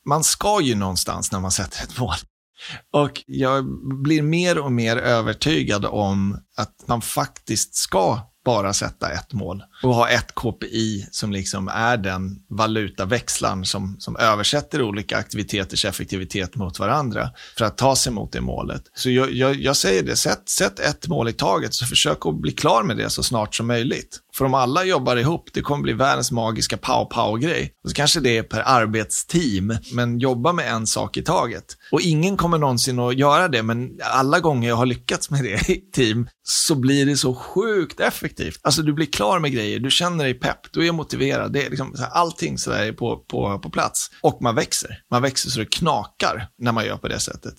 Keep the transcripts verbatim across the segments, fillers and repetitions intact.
man ska ju någonstans när man sätter ett mål. Och jag blir mer och mer övertygad om att man faktiskt ska bara sätta ett mål och ha ett K P I som liksom är den valutaväxlaren som, som översätter olika aktiviteters effektivitet mot varandra för att ta sig mot det målet. Så jag, jag, jag säger det, sätt, sätt ett mål i taget, så försök att bli klar med det så snart som möjligt. För om alla jobbar ihop, det kommer bli världens magiska pow-pow-grej. Och så kanske det är per arbetsteam, men jobba med en sak i taget. Och ingen kommer någonsin att göra det, men alla gånger jag har lyckats med det i team så blir det så sjukt effektivt. Alltså du blir klar med grejer, du känner dig pepp, du är motiverad. Det är liksom, allting så där är på, på, på plats. Och man växer. Man växer så det knakar när man gör på det sättet.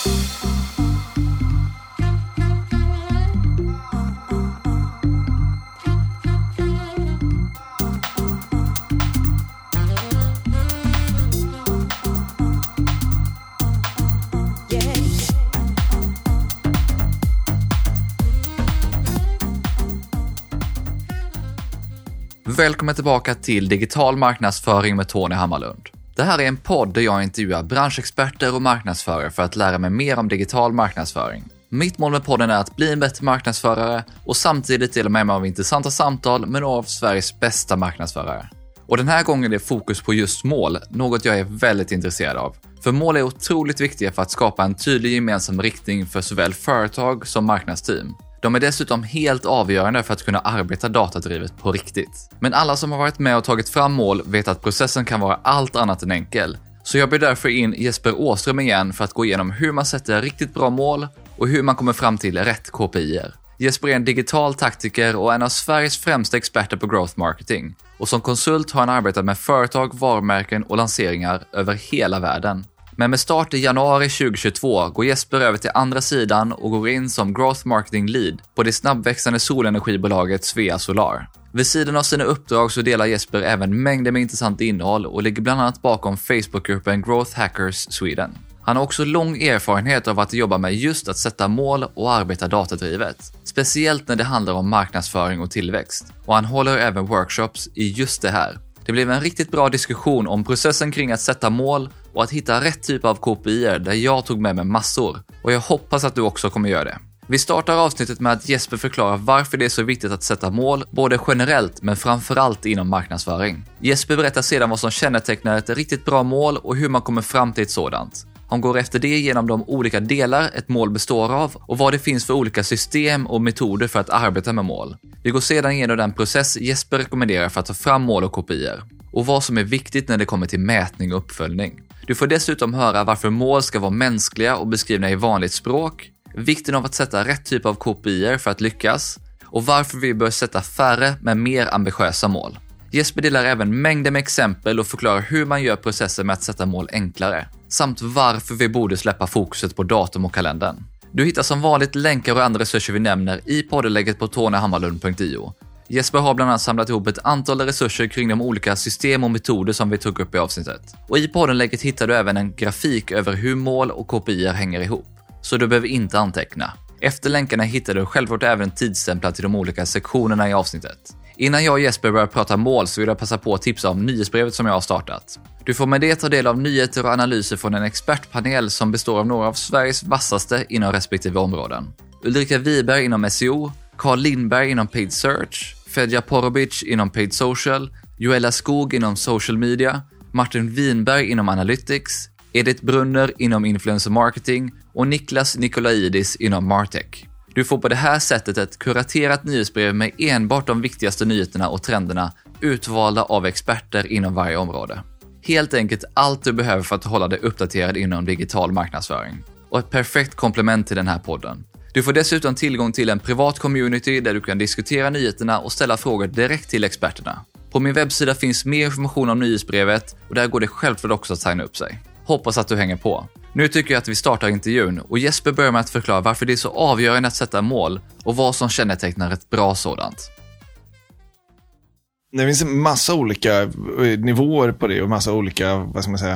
Välkommen tillbaka till Digital marknadsföring med Tony Hammarlund. Det här är en podd där jag intervjuar branschexperter och marknadsförare för att lära mig mer om digital marknadsföring. Mitt mål med podden är att bli en bättre marknadsförare och samtidigt dela med mig av intressanta samtal med några av Sveriges bästa marknadsförare. Och den här gången är det fokus på just mål, något jag är väldigt intresserad av. För mål är otroligt viktiga för att skapa en tydlig gemensam riktning för såväl företag som marknadsteam. De är dessutom helt avgörande för att kunna arbeta datadrivet på riktigt. Men alla som har varit med och tagit fram mål vet att processen kan vara allt annat än enkel. Så jag blir därför in Jesper Åström igen för att gå igenom hur man sätter riktigt bra mål och hur man kommer fram till rätt K P I-er. Jesper är en digital taktiker och en av Sveriges främsta experter på growth marketing. Och som konsult har han arbetat med företag, varumärken och lanseringar över hela världen. Men med start i januari tjugohundratjugotvå går Jesper över till andra sidan och går in som Growth Marketing Lead på det snabbväxande solenergibolaget Svea Solar. Vid sidan av sina uppdrag så delar Jesper även mängder med intressant innehåll och ligger bland annat bakom Facebookgruppen Growth Hackers Sweden. Han har också lång erfarenhet av att jobba med just att sätta mål och arbeta datadrivet. Speciellt när det handlar om marknadsföring och tillväxt. Och han håller även workshops i just det här. Det blev en riktigt bra diskussion om processen kring att sätta mål och att hitta rätt typ av K P I-er där jag tog med mig massor. Och jag hoppas att du också kommer göra det. Vi startar avsnittet med att Jesper förklarar varför det är så viktigt att sätta mål, både generellt men framförallt inom marknadsföring. Jesper berättar sedan vad som kännetecknar ett riktigt bra mål och hur man kommer fram till ett sådant. Han går efter det genom de olika delar ett mål består av och vad det finns för olika system och metoder för att arbeta med mål. Vi går sedan igenom den process Jesper rekommenderar för att ta fram mål och kopior och vad som är viktigt när det kommer till mätning och uppföljning. Du får dessutom höra varför mål ska vara mänskliga och beskrivna i vanligt språk, vikten av att sätta rätt typ av K P I-er för att lyckas och varför vi bör sätta färre men mer ambitiösa mål. Jesper delar även mängder med exempel och förklarar hur man gör processen med att sätta mål enklare, samt varför vi borde släppa fokuset på datum och kalendern. Du hittar som vanligt länkar och andra resurser vi nämner i poddelägget på tony hammarlund punkt io. Jesper har bland annat samlat ihop ett antal resurser kring de olika system och metoder som vi tog upp i avsnittet. Och i poddenlägget hittar du även en grafik över hur mål och K P I-er hänger ihop, så du behöver inte anteckna. Efter länkarna hittar du självklart även tidsstämplar till de olika sektionerna i avsnittet. Innan jag och Jesper börjar prata mål så vill jag passa på att tipsa om nyhetsbrevet som jag har startat. Du får med det ta del av nyheter och analyser från en expertpanel som består av några av Sveriges vassaste inom respektive områden. Ulrika Wiberg inom S E O, Carl Lindberg inom Paid Search, Fedja Porobic inom Paid Social, Joella Skog inom Social Media, Martin Winberg inom Analytics, Edith Brunner inom Influencer Marketing och Niklas Nikolaidis inom Martech. Du får på det här sättet ett kuraterat nyhetsbrev med enbart de viktigaste nyheterna och trenderna utvalda av experter inom varje område. Helt enkelt allt du behöver för att hålla dig uppdaterad inom digital marknadsföring. Och ett perfekt komplement till den här podden. Du får dessutom tillgång till en privat community där du kan diskutera nyheterna och ställa frågor direkt till experterna. På min webbsida finns mer information om nyhetsbrevet och där går det självklart också att signa upp sig. Hoppas att du hänger på. Nu tycker jag att vi startar intervjun och Jesper börjar med att förklara varför det är så avgörande att sätta mål och vad som kännetecknar ett bra sådant. Det finns en massa olika nivåer på det och massa olika, vad ska man säga,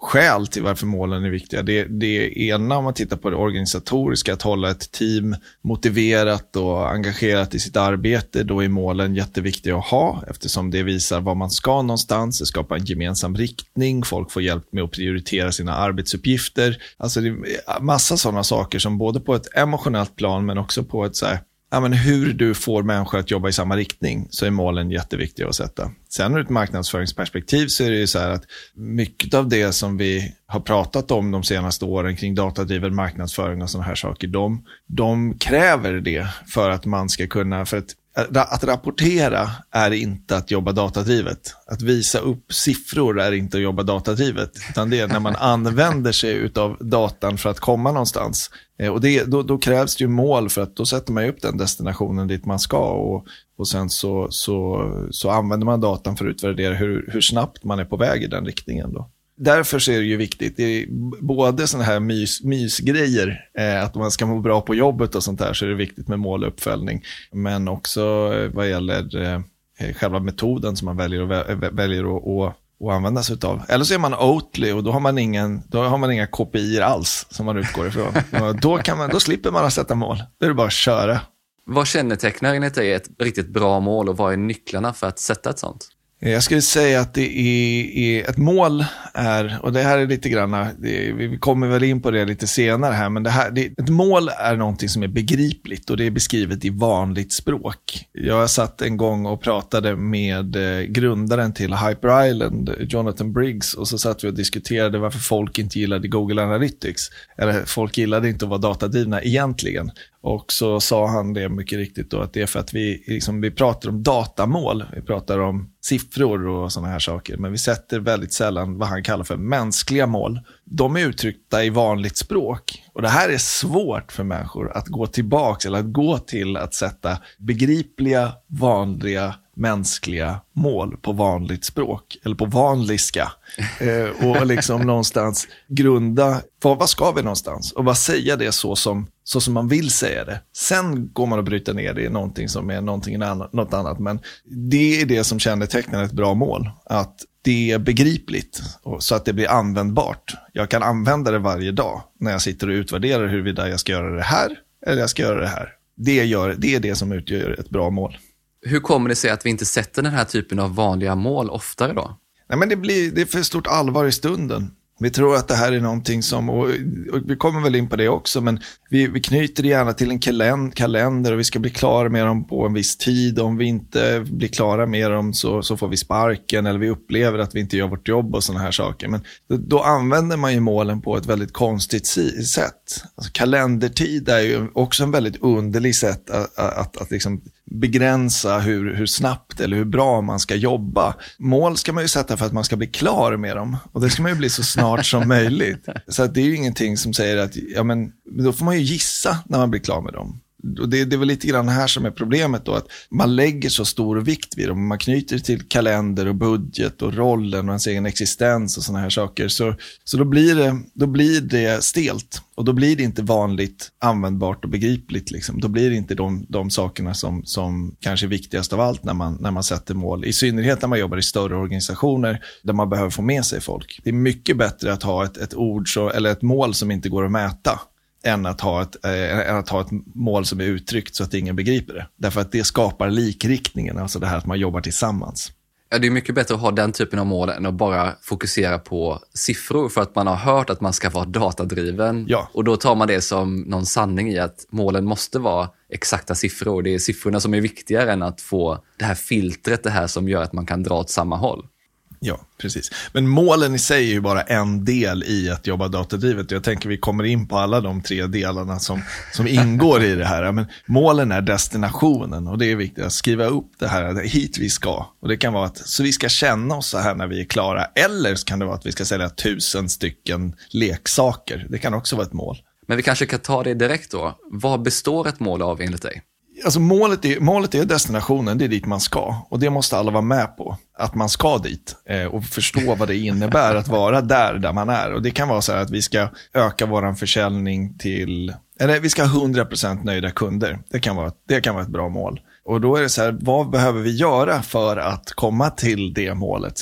skäl till varför målen är viktiga. Det, det ena, om man tittar på det organisatoriska, att hålla ett team motiverat och engagerat i sitt arbete, då är målen jätteviktiga att ha, eftersom det visar vad man ska någonstans, det skapar en gemensam riktning, folk får hjälp med att prioritera sina arbetsuppgifter. Alltså det är massa sådana saker som både på ett emotionellt plan men också på ett så här, ja, men hur du får människor att jobba i samma riktning, så är målen jätteviktiga att sätta. Sen ur ett marknadsföringsperspektiv så är det ju så här att mycket av det som vi har pratat om de senaste åren kring datadriven marknadsföring och sådana här saker, de, de kräver det för att man ska kunna, för att Att rapportera är inte att jobba datadrivet. Att visa upp siffror är inte att jobba datadrivet. Utan det är när man använder sig av datan för att komma någonstans. Och det, då, då krävs det ju mål, för att då sätter man upp den destinationen dit man ska. Och, och sen så, så, så använder man datan för att utvärdera hur, hur snabbt man är på väg i den riktningen då. Därför så är det ju viktigt, det är både sådana här mys, mysgrejer, eh, att man ska må bra på jobbet och sånt där, så är det viktigt med mål och uppföljning. Men också eh, vad gäller eh, själva metoden som man väljer, och vä- väljer att, att, att använda sig av. Eller så är man Oatly, och då har man, ingen, då har man inga K P I alls som man utgår ifrån. då, kan man, då slipper man att sätta mål, då är det bara att köra. Vad kännetecknar enligt dig ett riktigt bra mål, och vad är nycklarna för att sätta ett sånt? Jag skulle säga att det är, är ett mål är, och det här är lite grann, det, vi kommer väl in på det lite senare här, men det här, det, ett mål är någonting som är begripligt, och det är beskrivet i vanligt språk. Jag satt en gång och pratade med grundaren till Hyper Island, Jonathan Briggs, och så satt vi och diskuterade varför folk inte gillade Google Analytics, eller folk gillade inte att vara datadrivna egentligen. Och så sa han det mycket riktigt då, att det är för att vi, liksom, vi pratar om datamål, vi pratar om siffror och sådana här saker, men vi sätter väldigt sällan vad han kallar för mänskliga mål. De är uttryckta i vanligt språk, och det här är svårt för människor att gå tillbaka, eller att gå till att sätta begripliga, vanliga, mänskliga mål på vanligt språk, eller på vanliska, eh, och liksom någonstans grunda, för vad ska vi någonstans, och vad säga det så som, så som man vill säga det. Sen går man att bryta ner det i någonting som är någonting annat, något annat, men det är det som kännetecknar ett bra mål, att det är begripligt så att det blir användbart. Jag kan använda det varje dag när jag sitter och utvärderar huruvida jag ska göra det här eller jag ska göra det här. Det, gör, det är det som utgör ett bra mål. Hur kommer det sig att vi inte sätter den här typen av vanliga mål oftare då? Nej, men det, blir, det är för stort allvar i stunden. Vi tror att det här är någonting som, och, och vi kommer väl in på det också, men vi, vi knyter det gärna till en kalend, kalender, och vi ska bli klara med dem på en viss tid. Om vi inte blir klara med dem så, så får vi sparken, eller vi upplever att vi inte gör vårt jobb och sådana här saker. Men då, då använder man ju målen på ett väldigt konstigt si- sätt. Alltså, kalendertid är ju också en väldigt underlig sätt att, att, att, att liksom begränsa hur, hur snabbt eller hur bra man ska jobba. Mål ska man ju sätta för att man ska bli klar med dem, och det ska man ju bli så snart som möjligt. Så att det är ju ingenting som säger att, ja, men då får man ju gissa när man blir klar med dem. Och det, det är väl lite grann här som är problemet då, att man lägger så stor vikt vid dem. Man knyter till kalender och budget och rollen och ens egen existens och såna här saker. Så, så då, blir det, då blir det stelt, och då blir det inte vanligt användbart och begripligt. Liksom. Då blir det inte de, de sakerna som, som kanske är viktigast av allt när man, när man sätter mål. I synnerhet när man jobbar i större organisationer där man behöver få med sig folk. Det är mycket bättre att ha ett, ett ord så, eller ett mål som inte går att mäta, än att ha ett, äh, än att ha ett mål som är uttryckt så att ingen begriper det. Därför att det skapar likriktningen, alltså det här att man jobbar tillsammans. Ja, det är mycket bättre att ha den typen av mål än att bara fokusera på siffror, för att man har hört att man ska vara datadriven. Ja. Och då tar man det som någon sanning i att målen måste vara exakta siffror. Det är siffrorna som är viktigare än att få det här filtret, det här som gör att man kan dra åt samma håll. Ja, precis. Men målen i sig är ju bara en del i att jobba datadrivet. Jag tänker vi kommer in på alla de tre delarna som, som ingår i det här. Men målen är destinationen, och det är viktigt att skriva upp det här, hit vi ska. Och det kan vara att så vi ska känna oss så här när vi är klara. Eller så kan det vara att vi ska sälja tusen stycken leksaker. Det kan också vara ett mål. Men vi kanske kan ta det direkt då. Vad består ett mål av enligt dig? Alltså målet är, målet är destinationen, det är dit man ska. Och det måste alla vara med på, att man ska dit. Eh, och förstå vad det innebär att vara där, där man är. Och det kan vara så här att vi ska öka våran försäljning till, eller vi ska ha hundra procent nöjda kunder. Det kan vara, det kan vara ett bra mål. Och då är det så här, vad behöver vi göra för att komma till det målet sedan?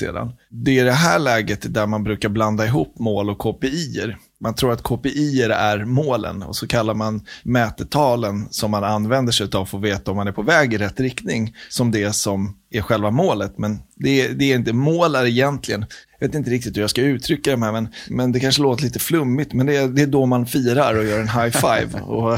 det är det här läget där man brukar blanda ihop mål och K P I-er. Man tror att K P I-er är målen och så kallar man mätetalen som man använder sig av för att veta om man är på väg i rätt riktning som det som är själva målet. Men det är, det är inte mål är egentligen. Jag vet inte riktigt hur jag ska uttrycka det här, men, men det kanske låter lite flummigt. Men det är, det är då man firar och gör en high five och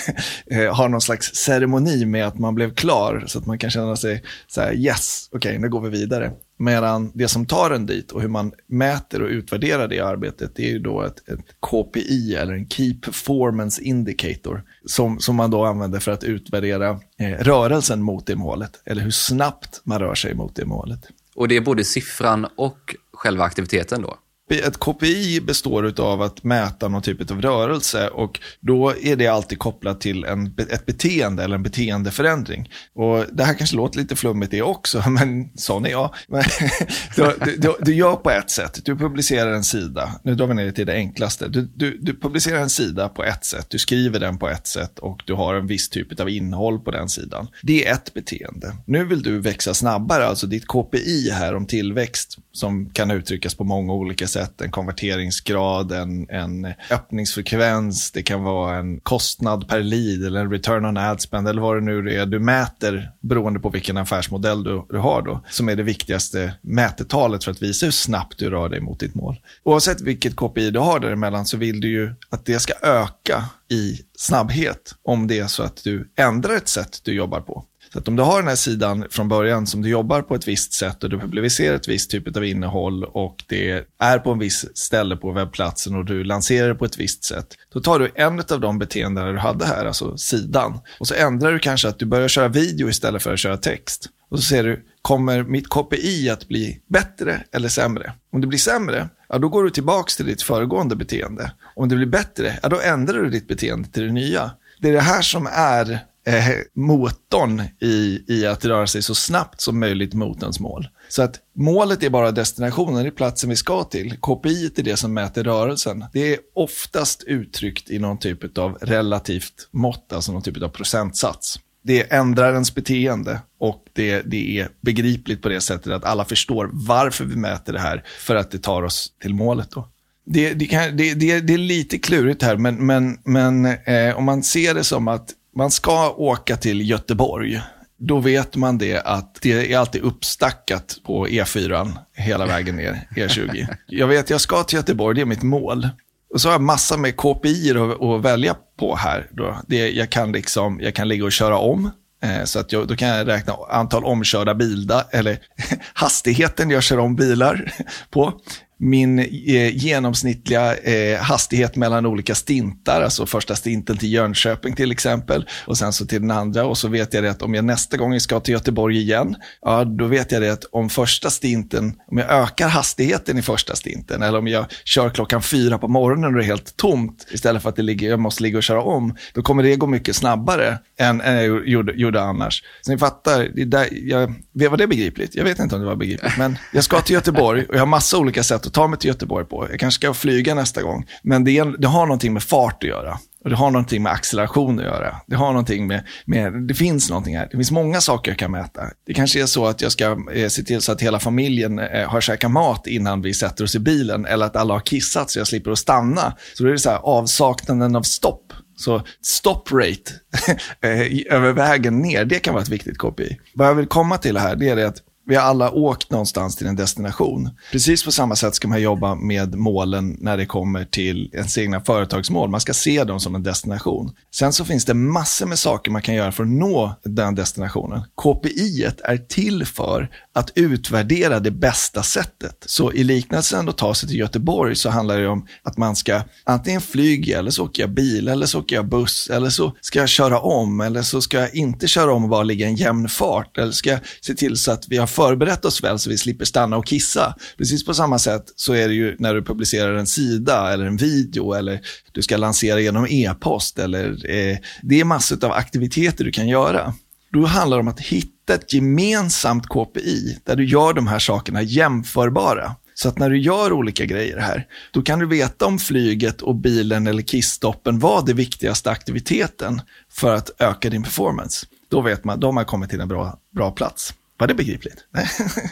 har någon slags ceremoni med att man blev klar. Så att man kan känna sig så här, yes, okej, okay, nu går vi vidare. Medan det som tar en dit och hur man mäter och utvärderar det arbetet, det är ju då ett, ett K P I eller en Key Performance Indicator som, som man då använder för att utvärdera eh, rörelsen mot det målet eller hur snabbt man rör sig mot det målet. Och det är både siffran och själva aktiviteten då? Ett K P I består av att mäta någon typ av rörelse och då är det alltid kopplat till en, ett beteende eller en beteendeförändring. Och det här kanske låter lite flummigt det också, men sån är jag. Men, du, du, du gör på ett sätt, du publicerar en sida, nu drar vi ner till det enklaste. Du, du, du publicerar en sida på ett sätt, du skriver den på ett sätt och du har en viss typ av innehåll på den sidan. Det är ett beteende. Nu vill du växa snabbare, alltså ditt K P I här om tillväxt som kan uttryckas på många olika sätt. En konverteringsgrad, en, en öppningsfrekvens, det kan vara en kostnad per lead eller en return on ad spend eller vad det nu är du mäter beroende på vilken affärsmodell du, du har då, som är det viktigaste mätetalet för att visa hur snabbt du rör dig mot ditt mål. Oavsett vilket K P I du har däremellan så vill du ju att det ska öka i snabbhet om det är så att du ändrar ett sätt du jobbar på. Så att om du har den här sidan från början som du jobbar på ett visst sätt och du publicerar ett visst typ av innehåll och det är på en viss ställe på webbplatsen och du lanserar det på ett visst sätt. Då tar du en av de beteenden du hade här, alltså sidan. Och så ändrar du kanske att du börjar köra video istället för att köra text. Och så ser du, kommer mitt K P I att bli bättre eller sämre? Om det blir sämre, ja då går du tillbaka till ditt föregående beteende. Om det blir bättre, ja då ändrar du ditt beteende till det nya. Det är det här som är eh, motorn i, i att röra sig så snabbt som möjligt mot ens mål. Så att målet är bara destinationen, det är platsen vi ska till. K P I är det som mäter rörelsen. Det är oftast uttryckt i någon typ av relativt mått, alltså någon typ av procentsats. Det ändrar ens beteende och det, det är begripligt på det sättet att alla förstår varför vi mäter det här för att det tar oss till målet då. Det, det, kan, det, det, det är lite klurigt här men, men, men eh, om man ser det som att man ska åka till Göteborg, då vet man det att det är alltid uppstackat på E fyra hela vägen ner, E tjugo. Jag vet att jag ska till Göteborg, det är mitt mål. Och så har jag massa med K P I att, att välja på här. Då. Det, jag, kan liksom, jag kan ligga och köra om. Eh, så att jag, då kan jag räkna antal omkörda bilar, eller hastigheten jag kör om bilar på. Min eh, genomsnittliga eh, hastighet mellan olika stintar, alltså första stinten till Jönköping till exempel och sen så till den andra, och så vet jag det att om jag nästa gång ska till Göteborg igen, ja då vet jag det att om första stinten, om jag ökar hastigheten i första stinten eller om jag kör klockan fyra på morgonen och det är helt tomt istället för att det ligger, jag måste ligga och köra om, då kommer det gå mycket snabbare än, än jag gjorde, gjorde annars. Så ni fattar, det där, jag, var det begripligt? Jag vet inte om det var begripligt, men jag ska till Göteborg och jag har massa olika sätt att ta mig till Göteborg på. Jag kanske ska flyga nästa gång. Men det, är, det har någonting med fart att göra. Och det har någonting med acceleration att göra. Det har någonting med, med, det finns någonting här. Det finns många saker jag kan mäta. Det kanske är så att jag ska eh, se till så att hela familjen eh, har käkat mat innan vi sätter oss i bilen. Eller att alla har kissat så jag slipper att stanna. Så då är det så här avsaknaden av stopp. Så stop rate över vägen ner, det kan vara ett viktigt K P I. Vad jag vill komma till här, det är det att vi har alla åkt någonstans till en destination. Precis på samma sätt ska man jobba med målen när det kommer till ens egna företagsmål. Man ska se dem som en destination. Sen så finns det massor med saker man kan göra för att nå den destinationen. K P I-et är till för att utvärdera det bästa sättet. Så i liknelsen att ta sig till Göteborg så handlar det om att man ska antingen flyga eller så åker jag bil eller så åker jag buss eller så ska jag köra om eller så ska jag inte köra om och bara ligga en jämn fart eller ska jag se till så att vi har förberett oss väl så vi slipper stanna och kissa. Precis på samma sätt så är det ju när du publicerar en sida eller en video eller du ska lansera genom e-post eller eh, det är massor av aktiviteter du kan göra. Då handlar det om att hitta ett gemensamt K P I där du gör de här sakerna jämförbara. Så att när du gör olika grejer här, då kan du veta om flyget och bilen eller kissstoppen var det viktigaste aktiviteten för att öka din performance. Då vet man, då har man kommit till en bra, bra plats. Var det begripligt?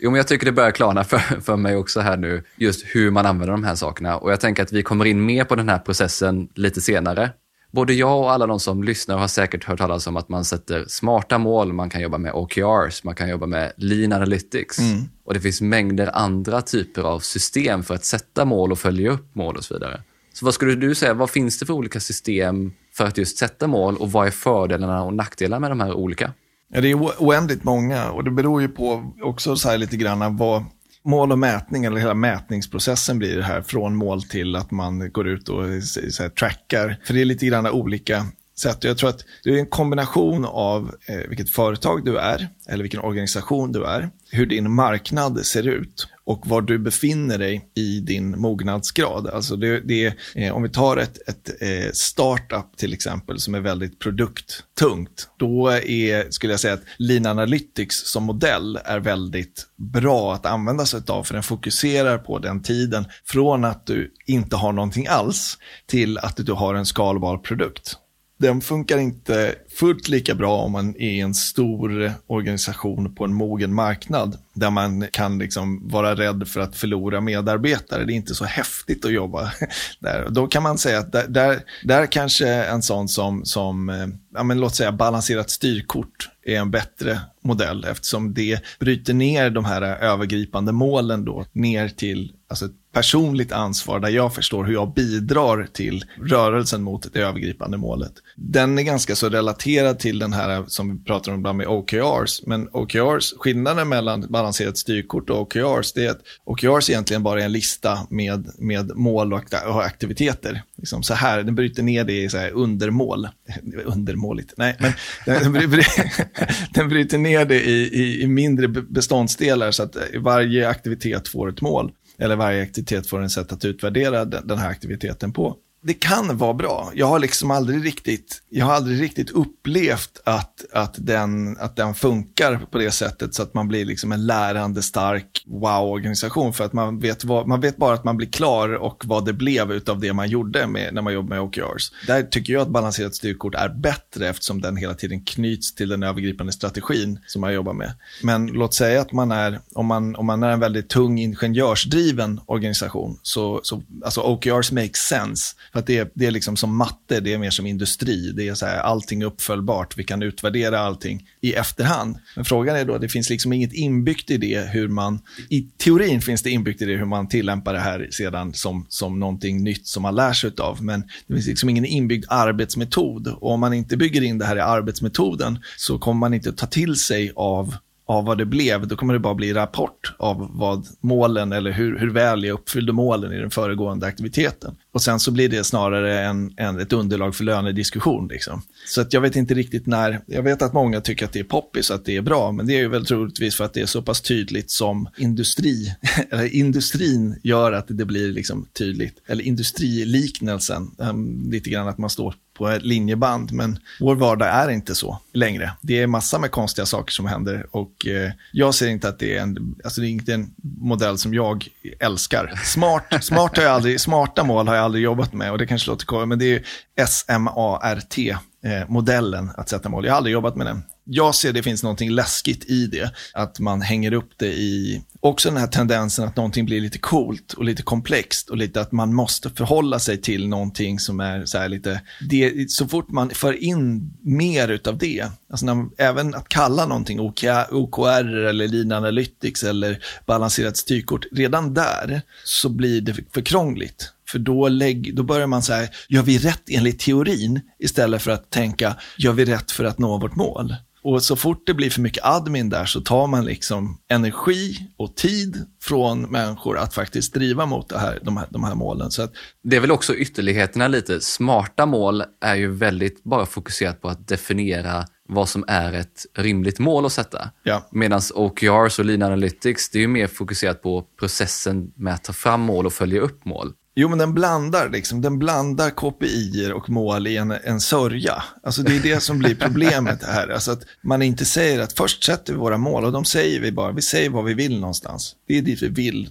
Jo, men jag tycker det börjar klarna för, för mig också här nu, just hur man använder de här sakerna. Och jag tänker att vi kommer in mer på den här processen lite senare. Både jag och alla de som lyssnar har säkert hört talas om att man sätter smarta mål, man kan jobba med O K Rs, man kan jobba med Lean Analytics. Mm. Och det finns mängder andra typer av system för att sätta mål och följa upp mål och så vidare. Så vad skulle du säga, vad finns det för olika system för att just sätta mål och vad är fördelarna och nackdelarna med de här olika? Ja, det är oändligt många och det beror ju på också så här lite grann vad mål och mätning eller hela mätningsprocessen blir det här från mål till att man går ut och så här, trackar. För det är lite grann olika sätt. Jag tror att det är en kombination av eh, vilket företag du är eller vilken organisation du är, hur din marknad ser ut och var du befinner dig i din mognadsgrad. Alltså det, det är, eh, om vi tar ett, ett eh, startup till exempel som är väldigt produkttungt, då är, skulle jag säga att Lean Analytics som modell är väldigt bra att använda sig av, för den fokuserar på den tiden från att du inte har någonting alls till att du har en skalbar produkt. Den funkar inte fullt lika bra om man är i en stor organisation på en mogen marknad där man kan liksom vara rädd för att förlora medarbetare. Det är inte så häftigt att jobba där. Då kan man säga att där, där, där kanske en sån som, som ja, men låt säga balanserat styrkort är en bättre modell, eftersom det bryter ner de här övergripande målen då ner till alltså ett personligt ansvar där jag förstår hur jag bidrar till rörelsen mot det övergripande målet. Den är ganska så relaterad till den här som vi pratar om ibland med O K Rs, men O K Rs, skillnaden mellan balanserat styrkort och O K Rs, det är att O K Rs egentligen bara är en lista med, med mål och aktiviteter. Liksom så här, den bryter ner det i så här undermål. Undermåligt, nej, men den, bryter, den bryter ner det i, i, i mindre beståndsdelar så att varje aktivitet får ett mål. Eller varje aktivitet får en sätt att utvärdera den, den här aktiviteten på. Det kan vara bra. Jag har liksom aldrig riktigt, jag har aldrig riktigt upplevt att, att, den, att den funkar på det sättet så att man blir liksom en lärande stark wow-organisation, för att man vet, vad, man vet bara att man blir klar och vad det blev utav det man gjorde med, när man jobbar med O K Rs. Där tycker jag att balanserat styrkort är bättre eftersom den hela tiden knyts till den övergripande strategin som man jobbar med. Men låt säga att man är, om man, om man är en väldigt tung ingenjörsdriven organisation så, så alltså O K Rs makes sense. För att det är, det är liksom som matte, det är mer som industri. Det är så här, allting är uppföljbart. Vi kan utvärdera allting i efterhand. Men frågan är då, det finns liksom inget inbyggt i det hur man, i teorin finns det inbyggt i det hur man tillämpar det här sedan som, som någonting nytt som man lär sig av. Men det finns liksom ingen inbyggd arbetsmetod. Och om man inte bygger in det här i arbetsmetoden så kommer man inte ta till sig av av vad det blev, då kommer det bara bli rapport av vad målen eller hur, hur väl jag uppfyllde målen i den föregående aktiviteten. Och sen så blir det snarare en, en, ett underlag för lönediskussion. Liksom. Så att jag vet inte riktigt när, jag vet att många tycker att det är poppis, att det är bra, men det är ju väl troligtvis för att det är så pass tydligt som industri, eller industrin gör att det blir liksom tydligt. Eller industriliknelsen, um, lite grann att man står på ett linjeband, men vår vardag är inte så längre. Det är massa med konstiga saker som händer och eh, jag ser inte att det är en, alltså det är inte en modell som jag älskar. Smart, smart har jag aldrig, smarta mål har jag aldrig jobbat med och det kanske låter konstigt, men det är S M A R T eh, modellen att sätta mål. Jag har aldrig jobbat med den. Jag ser det finns någonting läskigt i det, att man hänger upp det i också den här tendensen att någonting blir lite coolt och lite komplext och lite att man måste förhålla sig till någonting som är så här lite, det, så fort man för in mer utav det, alltså när, även att kalla någonting O K R eller Lean Analytics eller balanserat styrkort, redan där så blir det för krångligt. För då, lägg, då börjar man säga, gör vi rätt enligt teorin istället för att tänka, gör vi rätt för att nå vårt mål? Och så fort det blir för mycket admin där så tar man liksom energi och tid från människor att faktiskt driva mot det här, de, här, de här målen. Så att, det är väl också ytterligheterna lite. Smarta mål är ju väldigt bara fokuserat på att definiera vad som är ett rimligt mål att sätta. Ja. Medan O K Rs och Lean Analytics, det är ju mer fokuserat på processen med att ta fram mål och följa upp mål. Jo, men den blandar liksom, den blandar K P I-er och mål i en, en sörja. Alltså det är det som blir problemet här. Alltså att man inte säger att först sätter vi våra mål och de säger vi bara, vi säger vad vi vill någonstans. Det är dit vi vill. Då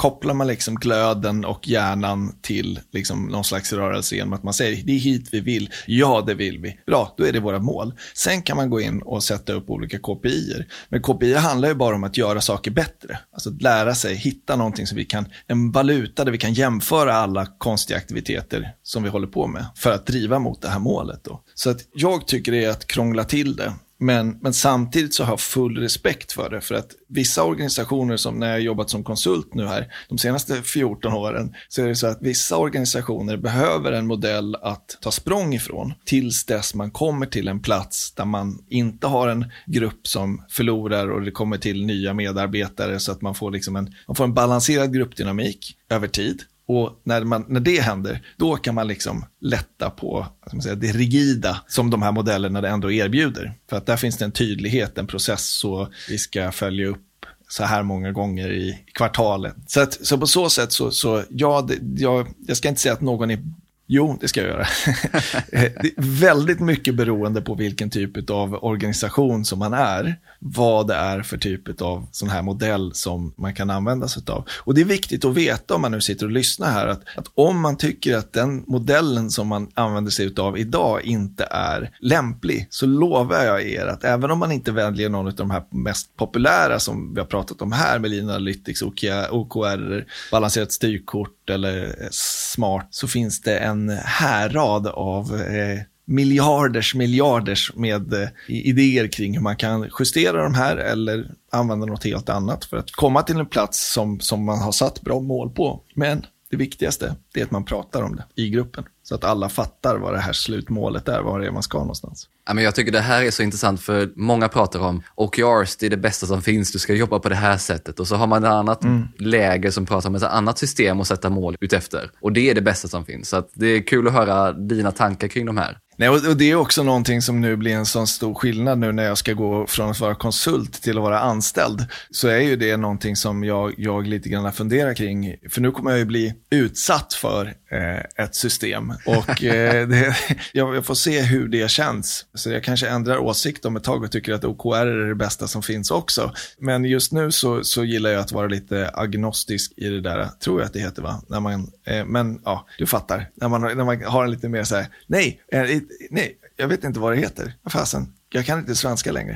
kopplar man liksom glöden och hjärnan till liksom någon slags rörelse genom att man säger det är hit vi vill, ja det vill vi, bra, då är det våra mål. Sen kan man gå in och sätta upp olika K P I-er. Men K P I handlar ju bara om att göra saker bättre, alltså att lära sig, hitta någonting som vi kan, en valuta där vi kan jämföra alla konstiga aktiviteter som vi håller på med för att driva mot det här målet då. Så att jag tycker det är att krångla till det. Men, men samtidigt så har jag full respekt för det, för att vissa organisationer som när jag jobbat som konsult nu här de senaste fjorton åren, så är det så att vissa organisationer behöver en modell att ta språng ifrån tills dess man kommer till en plats där man inte har en grupp som förlorar och det kommer till nya medarbetare, så att man får, liksom en, man får en balanserad gruppdynamik över tid. Och när, man, när det händer, då kan man liksom lätta på ska man säga, det rigida som de här modellerna ändå erbjuder. För att där finns det en tydlighet, en process, så vi ska följa upp så här många gånger i kvartalet. Så, att, så på så sätt så, så ja, det, jag, jag ska inte säga att någon är... Jo, det ska jag göra. Det är väldigt mycket beroende på vilken typ av organisation som man är. Vad det är för typ av sån här modell som man kan använda sig av. Och det är viktigt att veta om man nu sitter och lyssnar här. Att, att om man tycker att den modellen som man använder sig av idag inte är lämplig, så lovar jag er att även om man inte väljer någon av de här mest populära som vi har pratat om här med Lean Analytics, O K R, balanserat styrkort eller smart, så finns det en härrad av eh, miljarders miljarders med eh, idéer kring hur man kan justera de här eller använda något helt annat för att komma till en plats som, som man har satt bra mål på. Men det viktigaste är att man pratar om det i gruppen så att alla fattar vad det här slutmålet är, vad det är man ska någonstans. Ja, men jag tycker det här är så intressant, för många pratar om O K Rs, det är det bästa som finns, du ska jobba på det här sättet. Och så har man ett annat mm. läge som pratar om ett annat system och sätta mål utefter. Och det är det bästa som finns. Så att det är kul att höra dina tankar kring de här. Nej, och det är också någonting som nu blir en sån stor skillnad nu när jag ska gå från att vara konsult till att vara anställd. Så är ju det någonting som jag, jag lite grann funderar kring. För nu kommer jag ju bli utsatt för eh, ett system. Och eh, det, jag får se hur det känns. Så jag kanske ändrar åsikt om ett tag och tycker att O K R är det bästa som finns också. Men just nu så, så gillar jag att vara lite agnostisk i det där. Tror jag att det heter, va? När man, eh, men ja, du fattar. När man, när man har en lite mer så här, nej, eh, nej, jag vet inte vad det heter. Vad fasen? Jag kan inte svenska längre.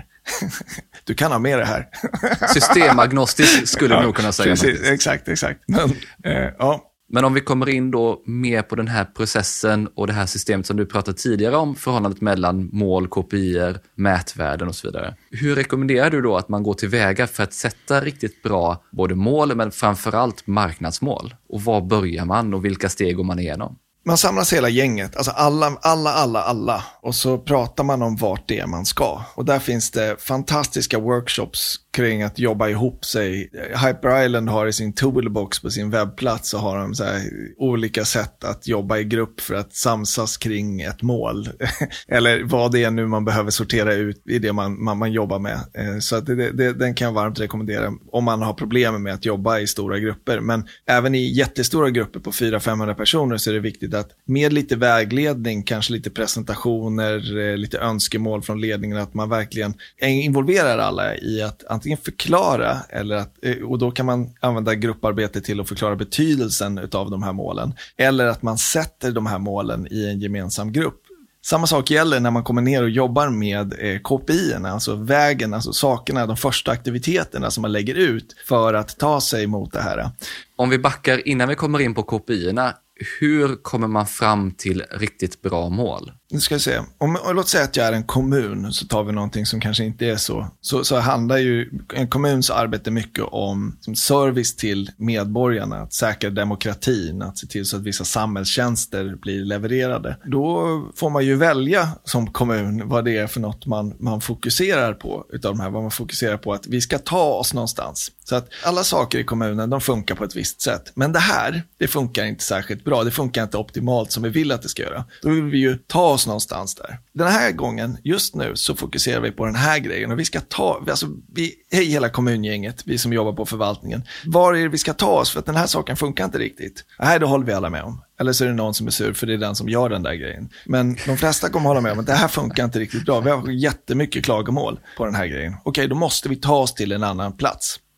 Du kan ha med det här. Systemagnostisk skulle ja, nog kunna säga. Precis, exakt, exakt. Men, eh, ja. Men om vi kommer in då mer på den här processen och det här systemet som du pratade tidigare om, förhållandet mellan mål, K P I-er, mätvärden och så vidare. Hur rekommenderar du då att man går tillväga för att sätta riktigt bra både mål men framförallt marknadsmål? Och var börjar man och vilka steg går man igenom? Man samlas hela gänget, alltså alla, alla, alla, alla. Och så pratar man om vart det är man ska. Och där finns det fantastiska workshops kring att jobba ihop sig. Hyper Island har i sin toolbox på sin webbplats så har de så här olika sätt att jobba i grupp för att samsas kring ett mål. Eller vad det är nu man behöver sortera ut i det man, man, man jobbar med. Så att det, det, den kan jag varmt rekommendera om man har problem med att jobba i stora grupper. Men även i jättestora grupper på fyra till femhundra personer så är det viktigt att med lite vägledning, kanske lite presentationer, lite önskemål från ledningen, att man verkligen involverar alla i att antingen förklara, eller att, och då kan man använda grupparbete till att förklara betydelsen av de här målen, eller att man sätter de här målen i en gemensam grupp. Samma sak gäller när man kommer ner och jobbar med eh, K P I-erna, alltså vägen, alltså sakerna, de första aktiviteterna som man lägger ut för att ta sig mot det här. Om vi backar innan vi kommer in på K P I-erna, hur kommer man fram till riktigt bra mål? Nu ska jag se. Om, låt säga att jag är en kommun, så tar vi någonting som kanske inte är så. Så, så handlar ju en kommuns arbete mycket om som service till medborgarna, att säkra demokratin, att se till så att vissa samhällstjänster blir levererade. Då får man ju välja som kommun vad det är för något man, man fokuserar på utav de här. Vad man fokuserar på att vi ska ta oss någonstans. Så att alla saker i kommunen, de funkar på ett visst sätt. Men det här, det funkar inte särskilt bra. Det funkar inte optimalt som vi vill att det ska göra. Då vill vi ju ta oss någonstans där. Den här gången, just nu, så fokuserar vi på den här grejen. Och vi ska ta, alltså vi, hej hela kommungänget, vi som jobbar på förvaltningen. Var är det vi ska ta oss? För att den här saken funkar inte riktigt. Nej, då håller vi alla med om. Eller så är det någon som är sur för det är den som gör den där grejen. Men de flesta kommer hålla med om att det här funkar inte riktigt bra. Vi har jättemycket klagomål på den här grejen. Okej, då måste vi ta oss till en annan plats.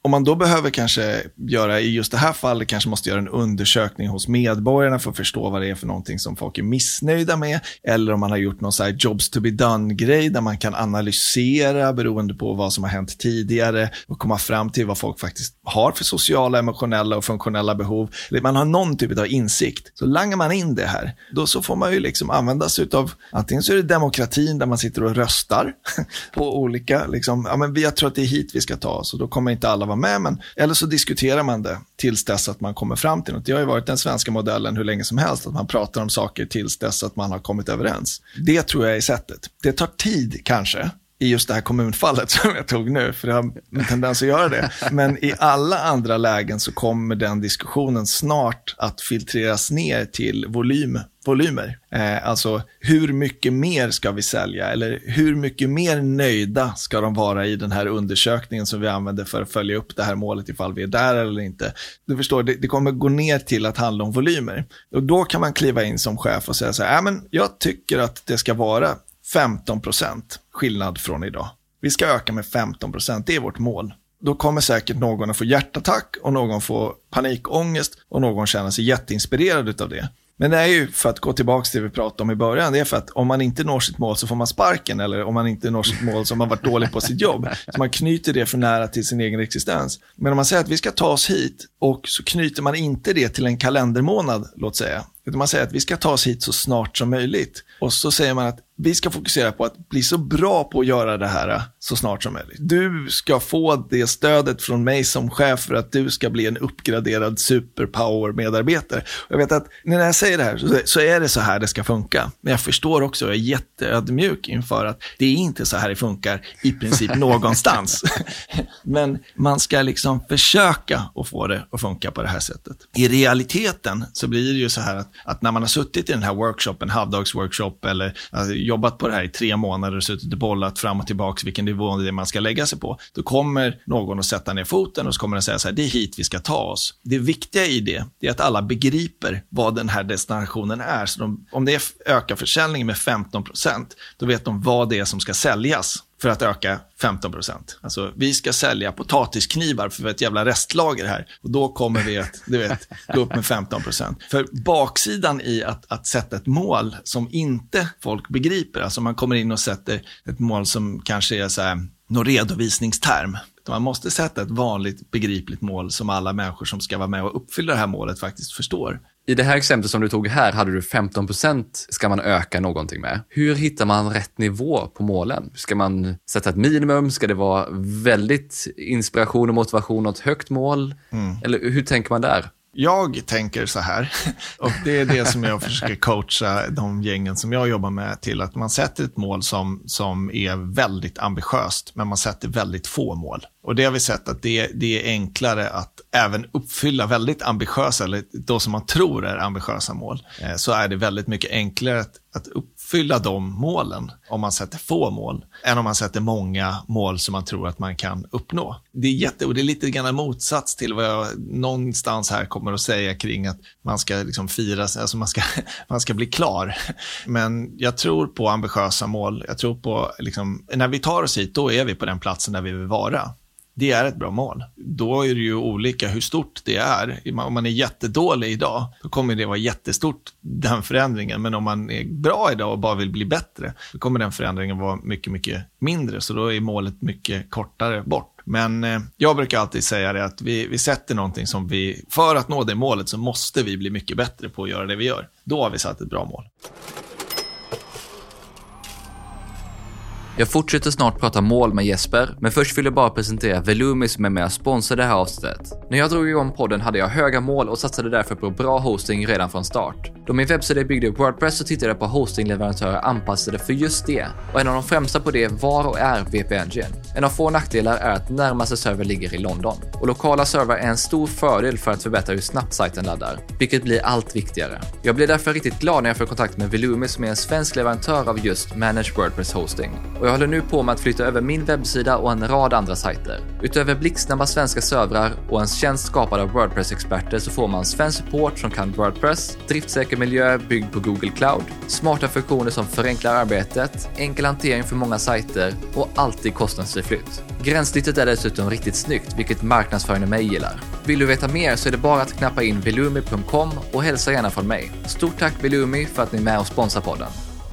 Om man då behöver kanske göra, i just det här fallet kanske måste göra en undersökning hos medborgarna för att förstå vad det är för någonting som folk är missnöjda med, eller om man har gjort någon så här jobs to be done-grej där man kan analysera beroende på vad som har hänt tidigare och komma fram till vad folk faktiskt har för sociala, emotionella och funktionella behov. Man har någon typ av insikt. Så langar man in det här, då så får man ju liksom använda sig av, antingen så är det demokratin där man sitter och röstar på olika, liksom, ja men jag tror att det är hit vi ska ta, så då kommer inte alla vara med, men eller så diskuterar man det tills dess att man kommer fram till något. Det har ju varit den svenska modellen hur länge som helst, att man pratar om saker tills dess att man har kommit överens. Det tror jag är sättet. Det tar tid kanske i just det här kommunfallet som jag tog nu, för jag har en tendens att göra det. Men i alla andra lägen så kommer den diskussionen snart att filtreras ner till volym, volymer. Eh, alltså hur mycket mer ska vi sälja, eller hur mycket mer nöjda ska de vara i den här undersökningen som vi använder för att följa upp det här målet ifall vi är där eller inte. Du förstår, det, det kommer gå ner till att handla om volymer. Och då kan man kliva in som chef och säga så här, ja men jag tycker att det ska vara femton procent skillnad från idag. Vi ska öka med femton procent, det är vårt mål. Då kommer säkert någon att få hjärtattack och någon får panikångest och någon känner sig jätteinspirerad utav det. Men det är ju, för att gå tillbaka till det vi pratade om i början, det är för att om man inte når sitt mål så får man sparken, eller om man inte når sitt mål så har man varit dålig på sitt jobb. Så man knyter det för nära till sin egen existens. Men om man säger att vi ska ta oss hit och så knyter man inte det till en kalendermånad, låt säga. Utan man säger att vi ska ta oss hit så snart som möjligt. Och så säger man att vi ska fokusera på att bli så bra på att göra det här så snart som möjligt. Du ska få det stödet från mig som chef för att du ska bli en uppgraderad superpower-medarbetare. Jag vet att när jag säger det här så är det så här det ska funka. Men jag förstår också, jag är jätteödmjuk inför att det är inte så här det funkar i princip någonstans. Men man ska liksom försöka att få det att funka på det här sättet. I realiteten så blir det ju så här att, att när man har suttit i den här workshopen, halvdagsworkshop, eller alltså, jobbat på det här i tre månader och suttit och bollat fram och tillbaka vilken nivå det är man ska lägga sig på, då kommer någon att sätta ner foten och så kommer den säga så här, det är hit vi ska ta oss. Det viktiga i det är att alla begriper vad den här destinationen är. Så de, om det är öka försäljningen med femton procent, då vet de vad det är som ska säljas för att öka femton procent. Alltså vi ska sälja potatisknivar för ett jävla restlager här. Och då kommer vi att, du vet, gå upp med femton procent. För baksidan i att, att sätta ett mål som inte folk begriper. Alltså man kommer in och sätter ett mål som kanske är så här, någon redovisningsterm. Man måste sätta ett vanligt begripligt mål som alla människor som ska vara med och uppfylla det här målet faktiskt förstår. I det här exemplet som du tog här hade du femton procent ska man öka någonting med. Hur hittar man rätt nivå på målen? Ska man sätta ett minimum? Ska det vara väldigt inspiration och motivation och ett högt mål? Mm. Eller hur tänker man där? Jag tänker så här, och det är det som jag försöker coacha de gängen som jag jobbar med till, att man sätter ett mål som, som är väldigt ambitiöst, men man sätter väldigt få mål. Och det har vi sett att det, det är enklare att även uppfylla väldigt ambitiösa, eller då som man tror är ambitiösa mål, eh, så är det väldigt mycket enklare att, att uppfylla de målen om man sätter få mål, än om man sätter många mål som man tror att man kan uppnå. Det är jätte, och det är lite grann en motsats till vad jag någonstans här kommer att säga kring att man ska liksom fira, alltså man ska, man ska bli klar. Men jag tror på ambitiösa mål. Jag tror på, liksom, när vi tar oss hit, då är vi på den platsen där vi vill vara. Det är ett bra mål. Då är det ju olika hur stort det är. Om man är jättedålig idag, då kommer det vara jättestort, den förändringen. Men om man är bra idag och bara vill bli bättre, då kommer den förändringen vara mycket, mycket mindre. Så då är målet mycket kortare bort. Men eh, jag brukar alltid säga det att vi, vi sätter någonting som vi, för att nå det målet så måste vi bli mycket bättre på att göra det vi gör. Då har vi satt ett bra mål. Jag fortsätter snart prata mål med Jesper, men först vill jag bara presentera Veloomys som är med och sponsrar det här avsnittet. När jag drog igång podden hade jag höga mål och satsade därför på bra hosting redan från start. Då min webbsida byggde WordPress så tittade jag på hostingleverantörer anpassade för just det. Och en av de främsta på det var och är V P Engine. En av få nackdelar är att närmaste server ligger i London. Och lokala server är en stor fördel för att förbättra hur snabbt sajten laddar, vilket blir allt viktigare. Jag blev därför riktigt glad när jag fick kontakt med Veloomy som är en svensk leverantör av just Managed WordPress hosting. Och jag håller nu på med att flytta över min webbsida och en rad andra sajter. Utöver blixtsnabba svenska servrar och en tjänst skapad av WordPress-experter så får man svensk support som kan WordPress, driftsäker sökmiljö byggd på Google Cloud, smarta funktioner som förenklar arbetet, enkel hantering för många sajter och alltid kostnadsfri flytt. Gränssnittet är dessutom riktigt snyggt, vilket marknadsföringen i mig gillar. Vill du veta mer så är det bara att knappa in vilumi punkt com och hälsa gärna från mig. Stort tack Vilumi för att ni är med och sponsrar podden.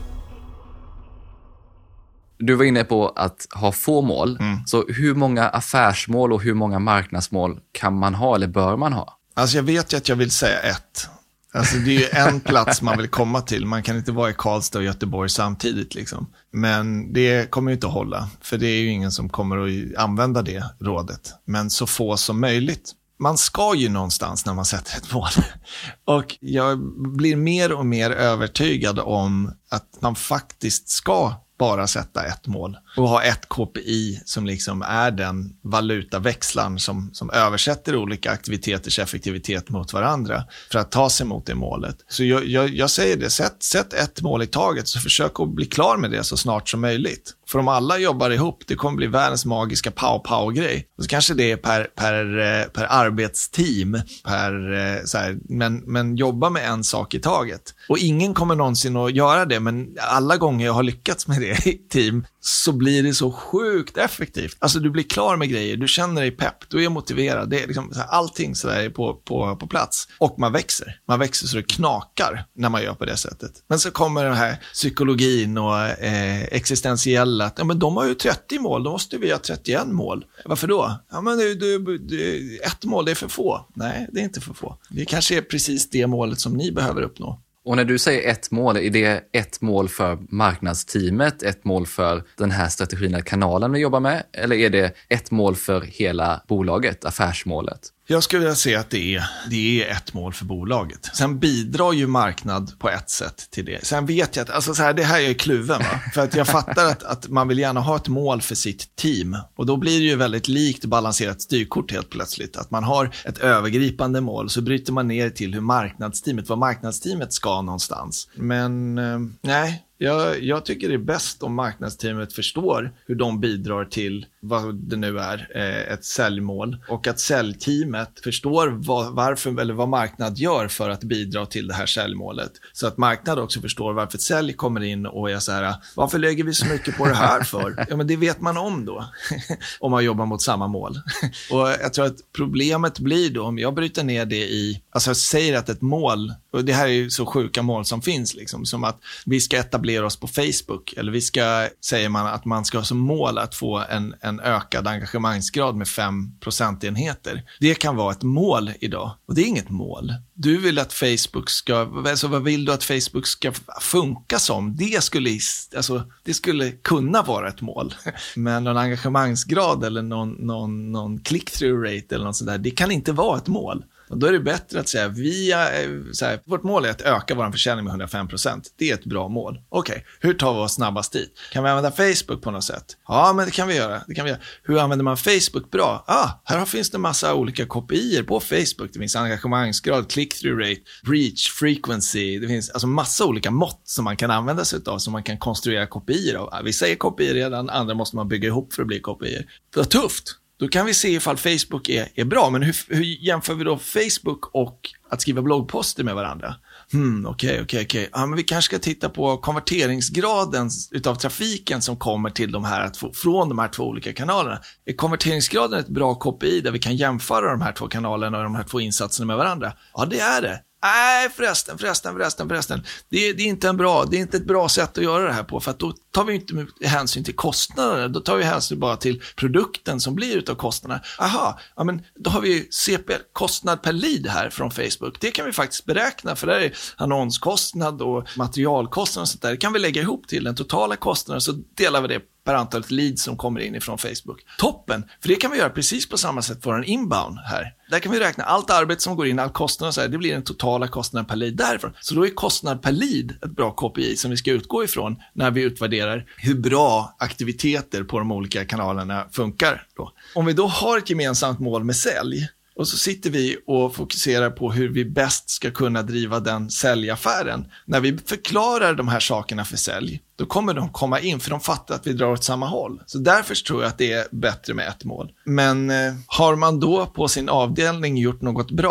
Du var inne på att ha få mål. Mm. Så hur många affärsmål och hur många marknadsmål kan man ha eller bör man ha? Alltså jag vet ju att jag vill säga ett. Alltså det är ju en plats man vill komma till. Man kan inte vara i Karlstad och Göteborg samtidigt liksom. Men det kommer ju inte att hålla. För det är ju ingen som kommer att använda det rådet. Men så få som möjligt. Man ska ju någonstans när man sätter ett mål. Och jag blir mer och mer övertygad om att man faktiskt ska bara sätta ett mål och ha ett K P I som liksom är den valutaväxlaren som, som översätter olika aktiviteters effektivitet mot varandra för att ta sig mot det målet. Så jag, jag, jag säger det, sätt, sätt ett mål i taget, så försök att bli klar med det så snart som möjligt. För om alla jobbar ihop, det kommer bli världens magiska pow-pow-grej. Och så kanske det är per, per, per arbetsteam, per, så här, men, men jobba med en sak i taget. Och ingen kommer någonsin att göra det, men alla gånger jag har lyckats med det i team så blir det så sjukt effektivt. Alltså du blir klar med grejer, du känner dig pepp, du är motiverad. Det är liksom, så här, allting så där är på, på, på plats. Och man växer. Man växer så det knakar när man gör på det sättet. Men så kommer den här psykologin och eh, existentiella. Ja, men de har ju trettio mål, då måste vi ha trettioett mål. Varför då? Ja, men det, det, det, ett mål, det är för få. Nej, det är inte för få. Det kanske är precis det målet som ni behöver uppnå. Och när du säger ett mål, är det ett mål för marknadsteamet, ett mål för den här strategin eller kanalen vi jobbar med? Eller är det ett mål för hela bolaget, affärsmålet? Jag skulle vilja säga att det är, det är ett mål för bolaget. Sen bidrar ju marknad på ett sätt till det. Sen vet jag att alltså så här, det här är kluven. Va? För att jag fattar att, att man vill gärna ha ett mål för sitt team. Och då blir det ju väldigt likt balanserat styrkort helt plötsligt. Att man har ett övergripande mål, så bryter man ner till hur marknadsteamet, vad marknadsteamet ska någonstans. Men eh, nej. Jag, jag tycker det är bäst om marknadsteamet förstår hur de bidrar till vad det nu är, eh, ett säljmål. Och att säljteamet förstår vad, varför, eller vad marknad gör för att bidra till det här säljmålet. Så att marknad också förstår varför ett sälj kommer in och är så här: varför lägger vi så mycket på det här för? Ja, men det vet man om då. Om man jobbar mot samma mål. Och jag tror att problemet blir då, om jag bryter ner det i, alltså jag säger att ett mål, och det här är ju så sjuka mål som finns liksom, som att vi ska etablera oss på Facebook, eller vi ska, säger man att man ska ha som mål att få en, en ökad engagemangsgrad med fem procentenheter. Det kan vara ett mål idag, och det är inget mål. Du vill att Facebook ska, alltså vad vill du att Facebook ska funka som? Det skulle, alltså, det skulle kunna vara ett mål. Men någon engagemangsgrad eller någon, någon, någon click-through rate eller något sådär, det kan inte vara ett mål. Och då är det bättre att säga, vi är, så här, vårt mål är att öka vår försäljning med hundrafem procent. Det är ett bra mål. Okej, okay, hur tar vi oss snabbast dit? Kan vi använda Facebook på något sätt? Ja, men det kan vi göra. Det kan vi göra. Hur använder man Facebook bra? Ah, här finns det massa olika kopior på Facebook. Det finns engagemangsgrad, click-through rate, reach, frequency. Det finns alltså massa olika mått som man kan använda sig av, som man kan konstruera kopior av. Vissa är kopior redan, andra måste man bygga ihop för att bli kopior. Det var tufft. Då kan vi se ifall Facebook är, är bra. Men hur, hur jämför vi då Facebook och att skriva bloggposter med varandra? Hmm, okej, okej, okej. Ja, men vi kanske ska titta på konverteringsgraden utav trafiken som kommer till de här två, från de här två olika kanalerna. Är konverteringsgraden ett bra K P I där vi kan jämföra de här två kanalerna och de här två insatserna med varandra? Ja, det är det. Nej, förresten, förresten, förresten, förresten. Det är, det är inte en bra, det är inte ett bra sätt att göra det här på, för att då tar vi inte hänsyn till kostnaderna. Då tar vi hänsyn bara till produkten som blir utav kostnaderna. Aha, ja, men då har vi C P, kostnad per lead här från Facebook. Det kan vi faktiskt beräkna, för det är annonskostnad och materialkostnad och sånt där. Det kan vi lägga ihop till den totala kostnaden, så delar vi det per antalet leads som kommer in ifrån Facebook. Toppen, för det kan vi göra precis på samma sätt för en inbound här. Där kan vi räkna allt arbete som går in, all kostnad och så här, det blir den totala kostnaden per lead därifrån. Så då är kostnad per lead ett bra K P I som vi ska utgå ifrån när vi utvärderar hur bra aktiviteter på de olika kanalerna funkar då. Om vi då har ett gemensamt mål med sälj, och så sitter vi och fokuserar på hur vi bäst ska kunna driva den säljaffären. När vi förklarar de här sakerna för sälj, då kommer de komma in, för de fattar att vi drar åt samma håll. Så därför tror jag att det är bättre med ett mål. Men eh, har man då på sin avdelning gjort något bra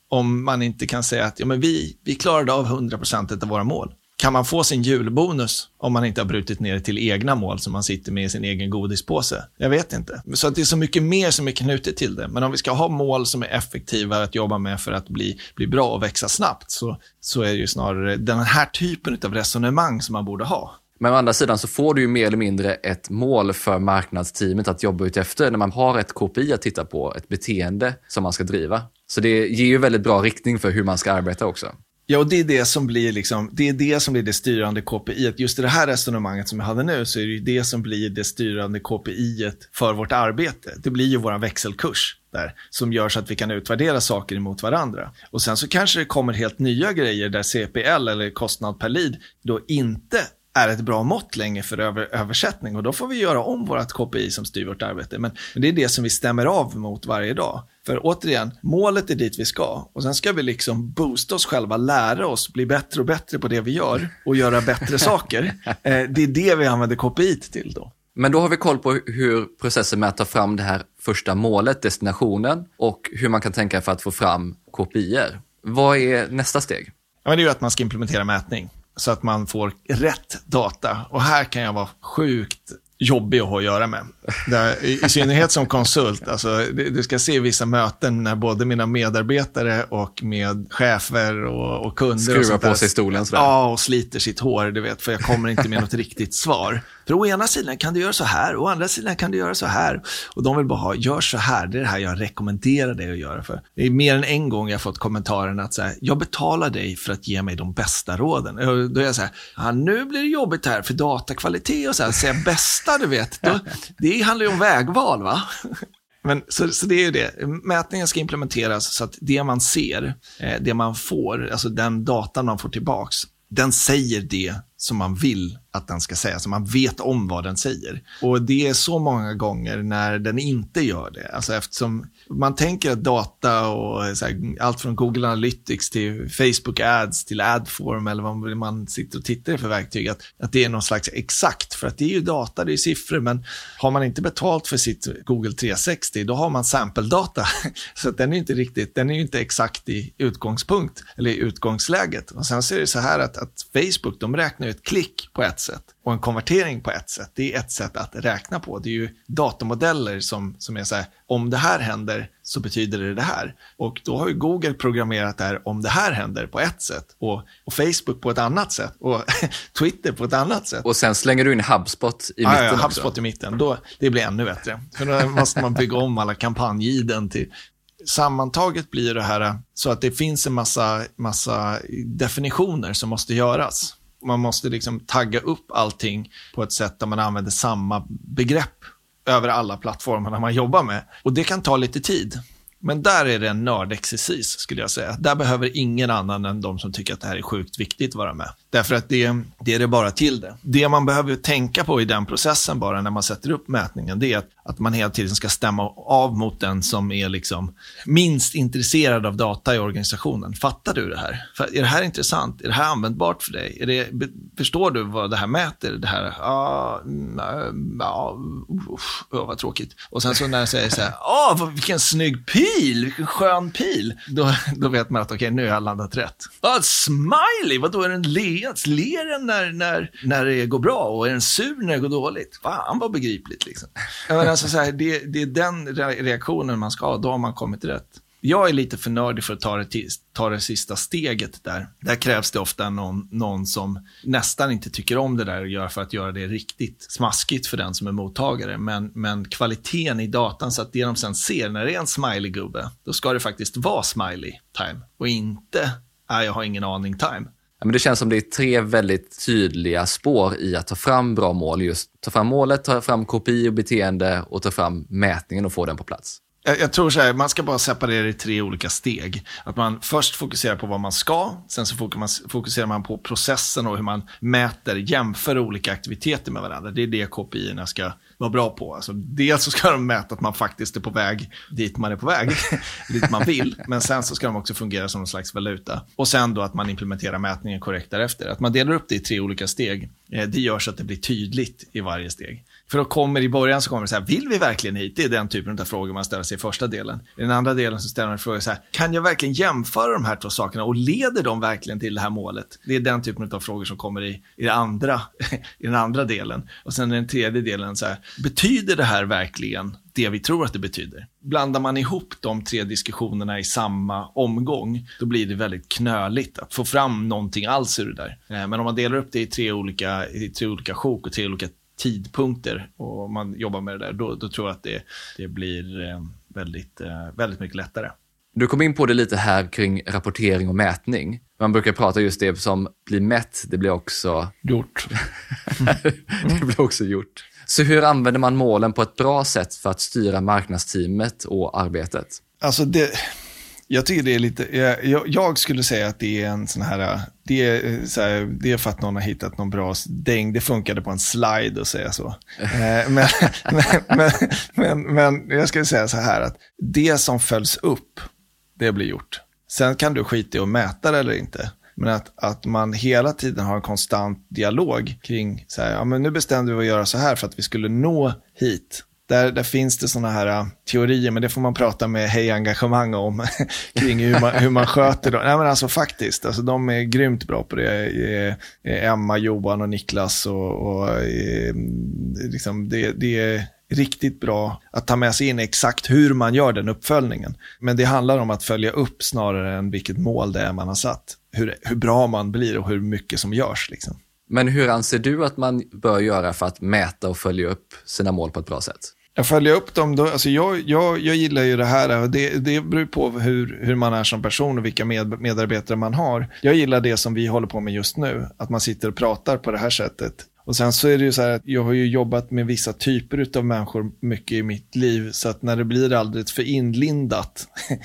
om man inte kan säga att ja, men vi, vi klarade av hundra procent av våra mål. Kan man få sin julbonus om man inte har brutit ner det till egna mål som man sitter med i sin egen godispåse? Jag vet inte. Så att det är så mycket mer som är knutet till det. Men om vi ska ha mål som är effektiva att jobba med för att bli, bli bra och växa snabbt så, så är det ju snarare den här typen av resonemang som man borde ha. Men å andra sidan så får du ju mer eller mindre ett mål för marknadsteamet att jobba ut efter när man har ett K P I att titta på, ett beteende som man ska driva. Så det ger ju väldigt bra riktning för hur man ska arbeta också. Ja, och det är det som blir liksom, det är det som blir det styrande K P I. Just i det här resonemanget som jag hade nu så är det ju det som blir det styrande K P I för vårt arbete. Det blir ju vår växelkurs där som gör så att vi kan utvärdera saker emot varandra. Och sen så kanske det kommer helt nya grejer där C P L eller kostnad per lead då inte är ett bra mått längre för över, översättning och då får vi göra om vårt K P I som styr vårt arbete. Men, men det är det som vi stämmer av mot varje dag. För återigen, målet är dit vi ska och sen ska vi liksom boosta oss själva, lära oss, bli bättre och bättre på det vi gör och göra bättre saker. Eh, det är det vi använder K P I till då. Men då har vi koll på hur processen med att ta fram det här första målet, destinationen och hur man kan tänka för att få fram K P I-er. Vad är nästa steg? Ja, men det är ju att man ska implementera mätning så att man får rätt data. Och här kan jag vara sjukt jobbig att ha att göra med. Där, i, I synnerhet som konsult. Alltså, du ska se vissa möten när både mina medarbetare och med chefer och, och kunder skruvar och sånt där, på sig stolen sådär. Ja, och sliter sitt hår, du vet, för jag kommer inte med något riktigt svar. För å ena sidan kan du göra så här, å andra sidan kan du göra så här. Och de vill bara ha, gör så här, det är det här jag rekommenderar dig att göra. För det är mer än en gång jag har fått kommentaren att så här, jag betalar dig för att ge mig de bästa råden. Och då är jag så här, ja, nu blir det jobbigt här för datakvalitet och så här, säga bästa, du vet. Då, det handlar ju om vägval, va? Men, så, så det är ju det. Mätningen ska implementeras så att det man ser, eh, det man får, alltså den datan man får tillbaks, den säger det som man vill att den ska säga, så man vet om vad den säger. Och det är så många gånger när den inte gör det. Alltså eftersom man tänker att data och så här, allt från Google Analytics till Facebook Ads till Adform eller vad man sitter och tittar för verktyg, att, att det är någon slags exakt, för att det är ju data, det är siffror, men har man inte betalt för sitt Google tre sextio, då har man sample-data. Så att den är inte riktigt, den är ju inte exakt i utgångspunkt eller i utgångsläget. Och sen så är det så här att, att Facebook, de räknar ett klick på ett sätt och en konvertering på ett sätt. Det är ett sätt att räkna på. Det är ju datamodeller som, som är så här, om det här händer så betyder det det här. Och då har ju Google programmerat det här om det här händer på ett sätt och, och Facebook på ett annat sätt och Twitter på ett annat sätt. Och sen slänger du in HubSpot i ah, mitten ja, också. HubSpot i mitten. Då, det blir ännu bättre. För då måste man bygga om alla kampanjiden till... Sammantaget blir det här så att det finns en massa, massa definitioner som måste göras. Man måste liksom tagga upp allting på ett sätt där man använder samma begrepp över alla plattformarna man jobbar med. Och det kan ta lite tid. Men där är det en nördexercis, skulle jag säga. Där behöver ingen annan än de som tycker att det här är sjukt viktigt vara med. Därför att det, det är det bara till det. Det man behöver tänka på i den processen bara när man sätter upp mätningen, det är att, att man hela tiden ska stämma av mot den som är liksom minst intresserad av data i organisationen. Fattar du det här? För är det här intressant? Är det här användbart för dig? Är det, förstår du vad det här mäter? Det här, ja, ja, usch, vad tråkigt. Och sen så när jag säger så här, åh, vilken snygg pil, vilken skön pil. Då, då vet man att okej, okay, nu har jag landat rätt. Ja, smiley, vad då är den le? Ler den när, när, när det går bra och är den sur när det går dåligt? Fan vad begripligt liksom. Men alltså så här, det, det är den reaktionen man ska ha, då har man kommit rätt. Jag är lite för nördig för att ta det, till, ta det sista steget där. Där krävs det ofta någon, någon som nästan inte tycker om det där och gör för att göra det riktigt smaskigt för den som är mottagare. Men, men kvaliteten i datan så att det de sen ser när det är en smiley-gubbe, då ska det faktiskt vara smiley time och inte, nej jag har ingen aning time. Ja, men det känns som det är tre väldigt tydliga spår i att ta fram bra mål. Just ta fram målet, ta fram K P I och beteende och ta fram mätningen och få den på plats. Jag, jag tror så här, man ska bara separera i tre olika steg. Att man först fokuserar på vad man ska, sen så fokuserar man på processen och hur man mäter, jämför olika aktiviteter med varandra. Det är det K P I-erna ska vara bra på. Alltså, dels så ska de mäta att man faktiskt är på väg dit man är på väg, dit man vill. Men sen så ska de också fungera som en slags valuta. Och sen då att man implementerar mätningen korrekt därefter. Att man delar upp det i tre olika steg. Det gör så att det blir tydligt i varje steg. För då kommer i början så kommer det så här, vill vi verkligen hit? Det är den typen av frågor man ställer sig i första delen. I den andra delen så ställer man frågor så här, kan jag verkligen jämföra de här två sakerna och leder de verkligen till det här målet? Det är den typen av frågor som kommer i, i, det andra, i den andra delen. Och sen den tredje delen så här, betyder det här verkligen det vi tror att det betyder? Blandar man ihop de tre diskussionerna i samma omgång, då blir det väldigt knöligt att få fram någonting alls ur det där. Men om man delar upp det i tre olika, i tre olika sjok och tre olika tidpunkter och man jobbar med det där, då, då tror jag att det, det blir eh, väldigt, eh, väldigt mycket lättare. Du kom in på det lite här kring rapportering och mätning. Man brukar prata just det som blir mätt, det blir också gjort. det blir också gjort. Så hur använder man målen på ett bra sätt för att styra marknadsteamet och arbetet? Alltså det... Jag tycker det är lite, jag, jag skulle säga att det är en sån här, det är, så här, det är för att någon har hittat någon bra däng, det funkade på en slide och säga så. men, men, men, men, men jag skulle säga så här att det som följs upp, det blir gjort. Sen kan du skita i att mäta det eller inte. Men att, att man hela tiden har en konstant dialog kring så här, ja men nu bestämde vi att göra så här för att vi skulle nå hit. Där, där finns det såna här uh, teorier, men det får man prata med Hej Engagemang om kring hur man, hur man sköter dem. Nej men alltså faktiskt, alltså, de är grymt bra på det. Eh, eh, Emma, Johan och Niklas och, och eh, liksom det, det är riktigt bra att ta med sig in exakt hur man gör den uppföljningen. Men det handlar om att följa upp snarare än vilket mål det är man har satt. Hur, hur bra man blir och hur mycket som görs liksom. Men hur anser du att man bör göra för att mäta och följa upp sina mål på ett bra sätt? Jag följer upp dem då, alltså jag, jag, jag gillar ju det här och det, det beror på hur, hur man är som person och vilka med, medarbetare man har. Jag gillar det som vi håller på med just nu, att man sitter och pratar på det här sättet. Och sen så är det ju så här att jag har ju jobbat med vissa typer av människor mycket i mitt liv, så att när det blir alldeles för inlindat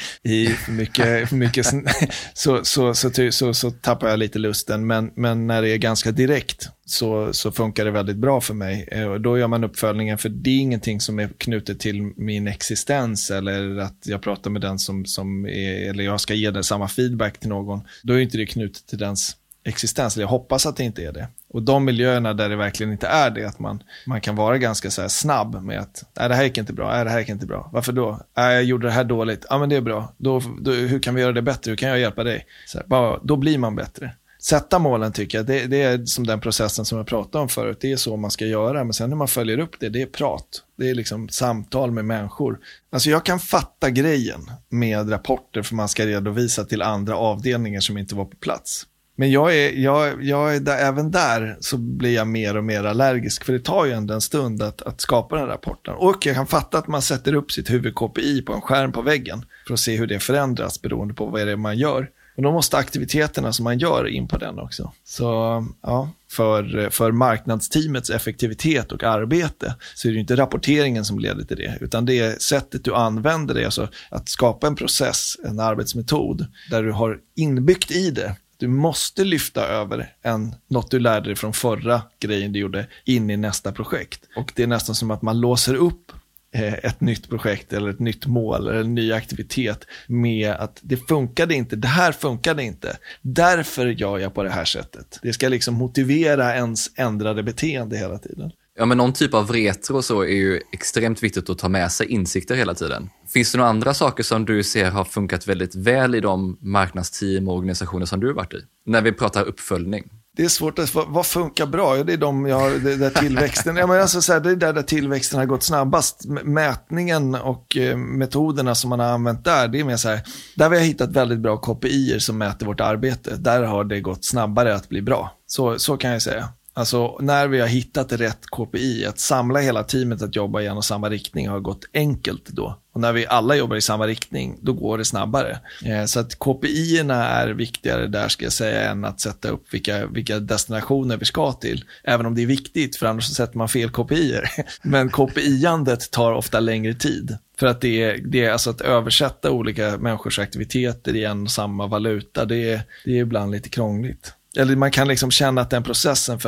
i för mycket, för mycket så, så, så, så, så, så tappar jag lite lusten. Men, men när det är ganska direkt så, så funkar det väldigt bra för mig. Och då gör man uppföljningen, för det är ingenting som är knutet till min existens eller att jag pratar med den som, som är, eller jag ska ge den samma feedback till någon. Då är inte det knutet till dens existens, eller jag hoppas att det inte är det. Och de miljöerna där det verkligen inte är det, att man, man kan vara ganska så här snabb med att nej, det här gick inte bra, nej, det här gick inte bra. Varför då? Nej, jag gjorde det här dåligt. Ja, men det är bra. Då, då, hur kan vi göra det bättre? Hur kan jag hjälpa dig? Så här, bara, då blir man bättre. Sätta målen tycker jag, det, det är som den processen som jag pratade om förut. Det är så man ska göra, men sen när man följer upp det, det är prat. Det är liksom samtal med människor. Alltså jag kan fatta grejen med rapporter för man ska redovisa till andra avdelningar som inte var på plats. Men jag är, jag, jag är där, även där så blir jag mer och mer allergisk. För det tar ju ändå en stund att, att skapa den rapporten. Och jag kan fatta att man sätter upp sitt huvud-K P I på en skärm på väggen för att se hur det förändras beroende på vad det är man gör. Och då måste aktiviteterna som man gör in på den också. Så ja, för, för marknadsteamets effektivitet och arbete så är det inte rapporteringen som leder till det. Utan det är sättet du använder det. Alltså att skapa en process, en arbetsmetod där du har inbyggt i det. Du måste lyfta över en, något du lärde dig från förra grejen du gjorde in i nästa projekt. Och det är nästan som att man låser upp eh, ett nytt projekt eller ett nytt mål eller en ny aktivitet med att det funkade inte, det här funkade inte. Därför gör jag på det här sättet. Det ska liksom motivera ens ändrade beteende hela tiden. Ja, men någon typ av retro så är ju extremt viktigt att ta med sig insikter hela tiden. Finns det några andra saker som du ser har funkat väldigt väl i de marknadsteam och organisationer som du har varit i? När vi pratar uppföljning. Det är svårt att, vad, vad funkar bra? Ja, det är de jag har, det där tillväxten. Ja, men alltså så här, det är där, där tillväxten har gått snabbast. Mätningen och eh, metoderna som man har använt där, det är mer så här, där vi har hittat väldigt bra K P I-er som mäter vårt arbete. Där har det gått snabbare att bli bra. Så, så kan jag säga. Alltså när vi har hittat rätt K P I, att samla hela teamet att jobba i en och samma riktning har gått enkelt då. Och när vi alla jobbar i samma riktning, då går det snabbare. Eh, så att K P I-erna är viktigare där ska jag säga än att sätta upp vilka, vilka destinationer vi ska till. Även om det är viktigt, för annars så sätter man fel K P I-er. Men K P I-andet tar ofta längre tid. För att det är, det är alltså att översätta olika människors aktiviteter i en och samma valuta, det är, det är ibland lite krångligt. Eller man kan liksom känna att den processen, för att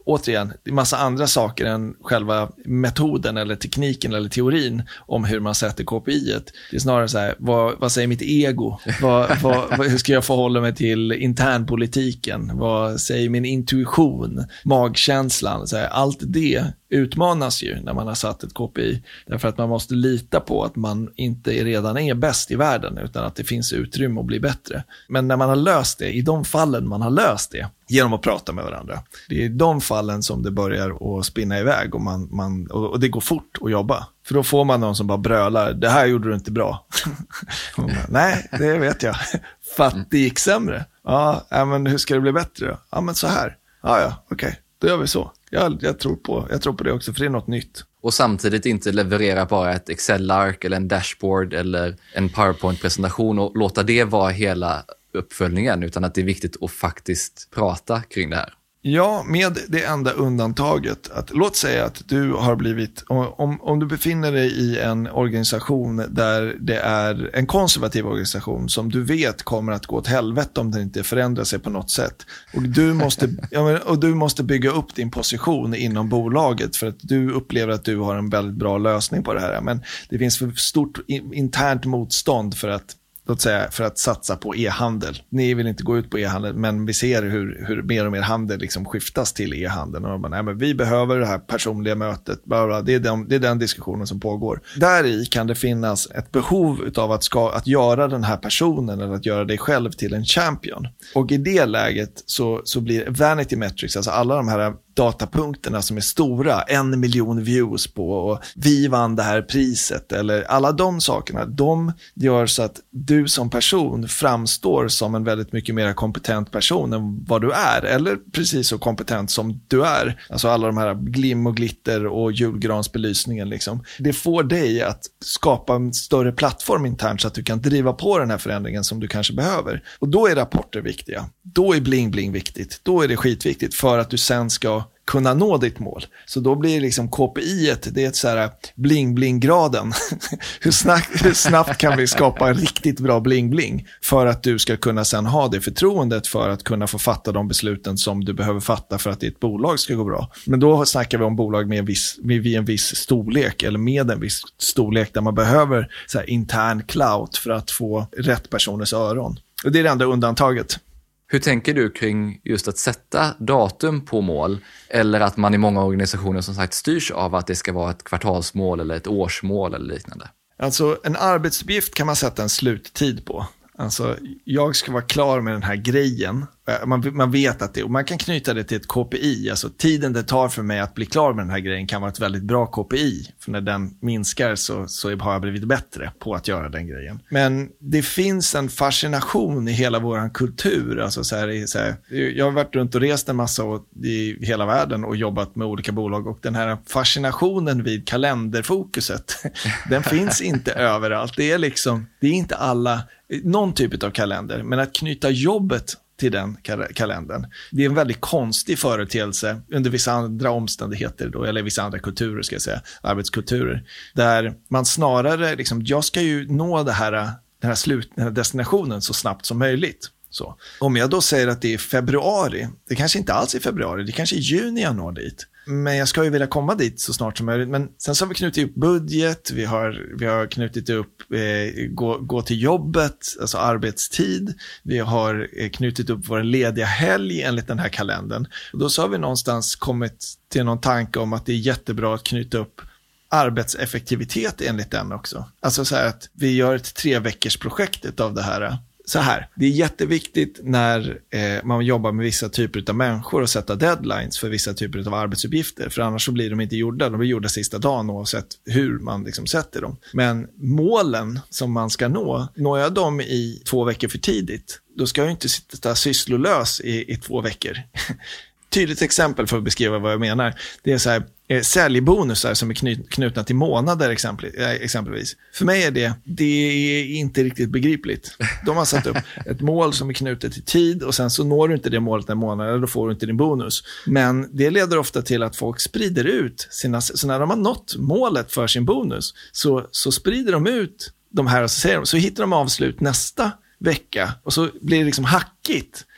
återigen, det är massa andra saker än själva metoden eller tekniken eller teorin om hur man sätter K P I-et. Det är snarare så här, vad, vad säger mitt ego? Vad, vad, hur ska jag förhålla mig till internpolitiken? Vad säger min intuition? Magkänslan? Så här, allt det utmanas ju när man har satt ett K P I. Därför att man måste lita på att man inte redan är bäst i världen, utan att det finns utrymme att bli bättre. Men när man har löst det, i de fallen man har löst det, genom att prata med varandra, det är i de fallen som det börjar att spinna iväg och, man, man, och, och det går fort att jobba. För då får man någon som bara brölar, det här gjorde du inte bra. bara, Nej, det vet jag. För att det gick sämre. Ja, men hur ska det bli bättre då? Ja, men så här. Ja, ja, okej. Okay. Då gör vi så. Jag, jag, tror på, jag tror på det också, för det är något nytt. Och samtidigt inte leverera bara ett Excel-ark eller en dashboard eller en PowerPoint-presentation och låta det vara hela uppföljningen, utan att det är viktigt att faktiskt prata kring det här. Ja, med det enda undantaget att låt säga att du har blivit, om, om du befinner dig i en organisation där det är en konservativ organisation som du vet kommer att gå åt helvete om den inte förändrar sig på något sätt, och du måste, ja, men, och du måste bygga upp din position inom bolaget för att du upplever att du har en väldigt bra lösning på det här, men det finns för stort internt motstånd för att låt säga, för att satsa på e-handel. Ni vill inte gå ut på e-handel, men vi ser hur, hur mer och mer handel liksom skiftas till e-handeln. Och man, nej, men vi behöver det här personliga mötet. Bara, det, är den, det är den diskussionen som pågår. Där i kan det finnas ett behov av att, ska, att göra den här personen eller att göra dig själv till en champion. Och i det läget så, så blir vanity metrics, alltså alla de här datapunkterna som är stora, en miljon views på och vi vann det här priset eller alla de sakerna, de gör så att du som person framstår som en väldigt mycket mer kompetent person än vad du är, eller precis så kompetent som du är. Alltså alla de här glim och glitter och julgransbelysningen liksom. Det får dig att skapa en större plattform internt så att du kan driva på den här förändringen som du kanske behöver. Och då är rapporter viktiga. Då är bling bling viktigt. Då är det skitviktigt för att du sen ska kunna nå ditt mål. Så då blir liksom K P I-et, det är ett så här bling-bling-graden. hur, snabbt, hur snabbt kan vi skapa en riktigt bra bling-bling för att du ska kunna sen ha det förtroendet för att kunna få fatta de besluten som du behöver fatta för att ditt bolag ska gå bra. Men då snackar vi om bolag med en viss, med en viss storlek eller med en viss storlek där man behöver så här intern clout för att få rätt personers öron. Och det är det enda undantaget. Hur tänker du kring just att sätta datum på mål, eller att man i många organisationer som sagt styrs av att det ska vara ett kvartalsmål eller ett årsmål eller liknande? Alltså en arbetsuppgift kan man sätta en sluttid på. Alltså jag ska vara klar med den här grejen. Man, man vet att det, och man kan knyta det till ett K P I. Alltså tiden det tar för mig att bli klar med den här grejen kan vara ett väldigt bra K P I. För när den minskar så, så har jag blivit bättre på att göra den grejen. Men det finns en fascination i hela vår kultur. Alltså så här, så här, jag har varit runt och rest en massa i hela världen och jobbat med olika bolag. Och den här fascinationen vid kalenderfokuset, den finns inte överallt. Det är liksom, det är inte alla, någon typ av kalender. Men att knyta jobbet till den kalendern. Det är en väldigt konstig företeelse under vissa andra omständigheter då, eller vissa andra kulturer ska jag säga, arbetskulturer, där man snarare liksom, jag ska ju nå det här, den här, slut, den här destinationen så snabbt som möjligt. Så. Om jag då säger att det är februari, det kanske inte alls är februari, det kanske är juni jag når dit. Men jag ska ju vilja komma dit så snart som möjligt. Men sen så har vi knutit upp budget, vi har, vi har knutit upp eh, gå, gå till jobbet, alltså arbetstid. Vi har eh, knutit upp vår lediga helg enligt den här kalendern. Och då så har vi någonstans kommit till någon tanke om att det är jättebra att knyta upp arbetseffektivitet enligt den också. Alltså så här att vi gör ett tre veckors projekt av det här. Så här, det är jätteviktigt när eh, man jobbar med vissa typer av människor och sätta deadlines för vissa typer av arbetsuppgifter. För annars så blir de inte gjorda, de blir gjorda sista dagen oavsett hur man liksom sätter dem. Men målen som man ska nå, når jag dem i två veckor för tidigt, då ska jag inte sitta sysslolös i, i två veckor. Tydligt exempel för att beskriva vad jag menar. Det är så här, eh, säljbonusar som är knyt, knutna till månader exempel, eh, exempelvis. För mig är det, det är inte riktigt begripligt. De har satt upp ett mål som är knutet till tid och sen så når du inte det målet en månad, då får du inte din bonus. Men det leder ofta till att folk sprider ut sina, så när de har nått målet för sin bonus så, så sprider de ut de här och så, säger de, så hittar de avslut nästa vecka och så blir det liksom hackigt.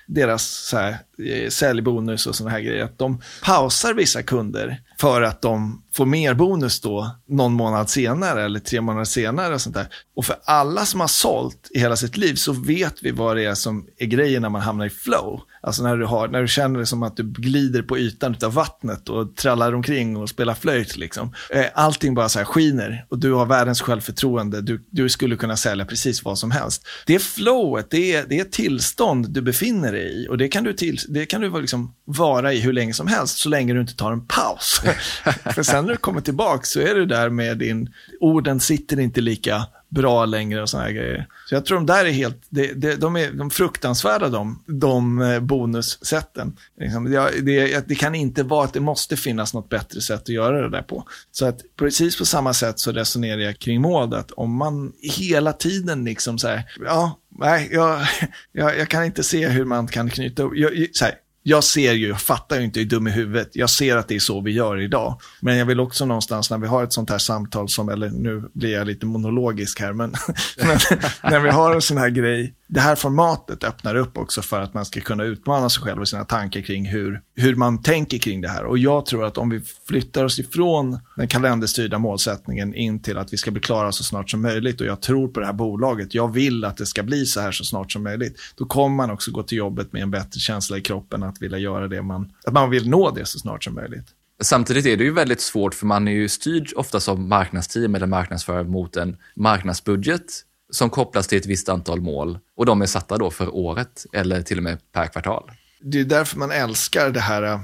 deras så här, säljbonus och såna här grejer, att de pausar vissa kunder för att de får mer bonus då någon månad senare eller tre månader senare och sånt där. Och för alla som har sålt i hela sitt liv så vet vi vad det är som är grejen när man hamnar i flow. Alltså när du, har, när du känner det som att du glider på ytan av vattnet och trallar omkring och spelar flöjt liksom. Allting bara så här skiner och du har världens självförtroende. Du, du skulle kunna sälja precis vad som helst. Det är flowet, det är, det är ett tillstånd du befinner dig i och det kan du, till, det kan du liksom vara i hur länge som helst så länge du inte tar en paus. För sen när du kommer tillbaka så är du där med din, orden sitter inte lika bra längre och såna här grejer. Så jag tror de där är helt, det, det, de är de fruktansvärda de, de bonussätten. Det, det, det kan inte vara att det måste finnas något bättre sätt att göra det där på. Så att precis på samma sätt så resonerar jag kring målet. Om man hela tiden liksom så här, ja, nej, jag, jag, jag kan inte se hur man kan knyta upp, jag, så här, jag ser ju, jag fattar ju inte i dum i huvudet. Jag ser att det är så vi gör idag. Men jag vill också någonstans när vi har ett sånt här samtal som, eller nu blir jag lite monologisk här, men, men när vi har en sån här grej, det här formatet öppnar upp också för att man ska kunna utmana sig själv och sina tankar kring hur, hur man tänker kring det här. Och jag tror att om vi flyttar oss ifrån den kalenderstyrda målsättningen in till att vi ska bli klara så snart som möjligt, och jag tror på det här bolaget, jag vill att det ska bli så här så snart som möjligt, då kommer man också gå till jobbet med en bättre känsla i kroppen att vilja göra det man, att man vill nå det så snart som möjligt. Samtidigt är det ju väldigt svårt för man är ju styrd ofta som marknadsteam eller marknadsförare mot en marknadsbudget som kopplas till ett visst antal mål och de är satta då för året eller till och med per kvartal. Det är därför man älskar det här.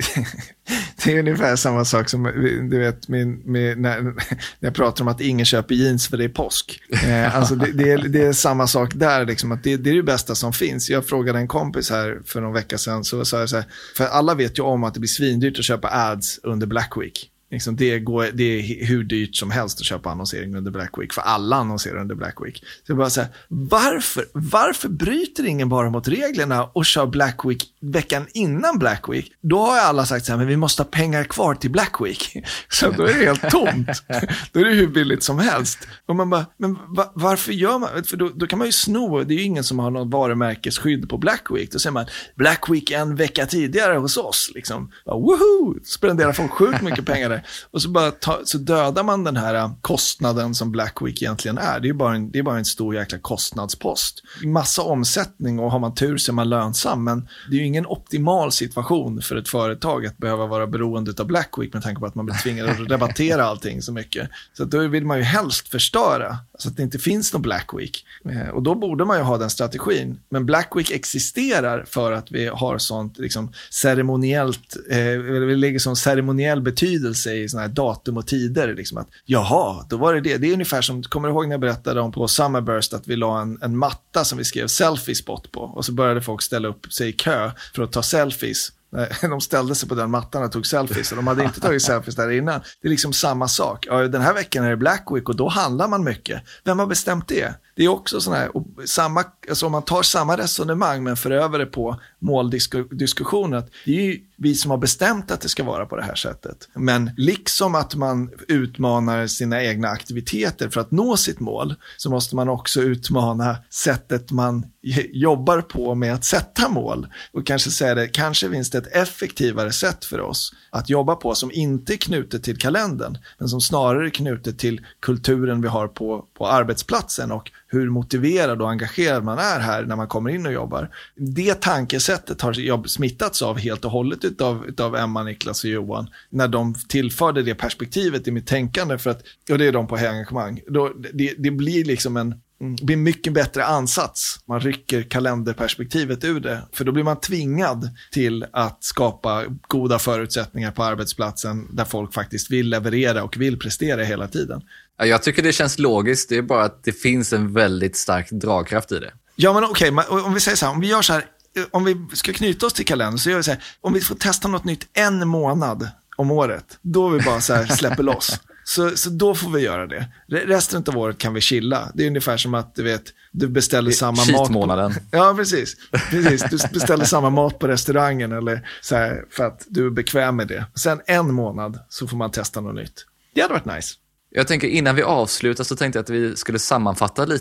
Det är ungefär samma sak som du vet min, min, när, när jag pratar om att ingen köper jeans för det är påsk. Eh, alltså det, det, är, det är samma sak där. Liksom, att det, det är det bästa som finns. Jag frågade en kompis här för någon vecka sedan. Så sa jag så här, för alla vet ju om att det blir svindyrt att köpa ads under Black Week. Liksom det, går, det är hur dyrt som helst att köpa annonsering under Black Week. För alla annonserar under Black Week. Så jag bara säger, varför, varför bryter ingen bara mot reglerna och kör Black Week veckan innan Black Week? Då har alla sagt så här, men vi måste ha pengar kvar till Black Week. Så då är det helt tomt. Då är det hur billigt som helst. Och man bara, men va, varför gör man? För då, då kan man ju sno, det är ju ingen som har något varumärkesskydd på Black Week. Då säger man, Black Week en vecka tidigare hos oss. Liksom. Bara, woohoo! Spenderar folk sjukt mycket pengar där. Och så, bara ta, så dödar man den här kostnaden som Black Week egentligen är. Det är ju bara en, det är bara en stor jäkla kostnadspost. Massa omsättning och har man tur så är man lönsam. Men det är ju ingen optimal situation för ett företag att behöva vara beroende av Black Week med tanke på att man blir tvingad att debattera allting så mycket. Så då vill man ju helst förstöra så att det inte finns någon Black Week. Och då borde man ju ha den strategin. Men Black Week existerar för att vi har sånt liksom ceremoniellt, eh, vi lägger sån ceremoniell betydelse i såna här datum och tider. Liksom att, jaha, då var det det. Det är ungefär som, kommer du ihåg när jag berättade om på Summerburst att vi la en, en matta som vi skrev selfie-spot på. Och så började folk ställa upp sig i kö för att ta selfies. De ställde sig på den mattan och tog selfies och de hade inte tagit selfies där innan. Det är liksom samma sak. Ja, den här veckan är det Black Week och då handlar man mycket. Vem har bestämt det? Det är också sån här, och samma, alltså om man tar samma resonemang men för över det på måldiskussionen, att det är ju vi som har bestämt att det ska vara på det här sättet. Men liksom att man utmanar sina egna aktiviteter för att nå sitt mål, så måste man också utmana sättet man jobbar på med att sätta mål. Och kanske säga det, kanske finns det ett effektivare sätt för oss att jobba på som inte är knutet till kalendern, men som snarare är knutet till kulturen vi har på, på arbetsplatsen och hur motiverad och engagerad man är här när man kommer in och jobbar. Det tankesättet har jag smittats av helt och hållet utav, utav Emma, Niklas och Johan när de tillförde det perspektivet i mitt tänkande, för att, och det är de på engagemang. Då, det, det blir liksom en Det blir mycket bättre ansats. Man rycker kalenderperspektivet ur det. För då blir man tvingad till att skapa goda förutsättningar på arbetsplatsen där folk faktiskt vill leverera och vill prestera hela tiden. Jag tycker det känns logiskt. Det är bara att det finns en väldigt stark dragkraft i det. Ja, men okej. Okay, om vi säger så här. Om vi gör så här. Om vi ska knyta oss till kalendern så gör vi så här. Om vi får testa något nytt en månad om året. Då vi bara så här släpper loss. Så, så då får vi göra det. Resten av året kan vi chilla. Det är ungefär som att du vet, du beställer samma mat på, ja, precis. precis. Du beställer samma mat på restaurangen eller så här, för att du är bekväm med det. Sen en månad så får man testa något nytt. Det hade varit nice. Jag tänker innan vi avslutar så tänkte jag att vi skulle sammanfatta lite.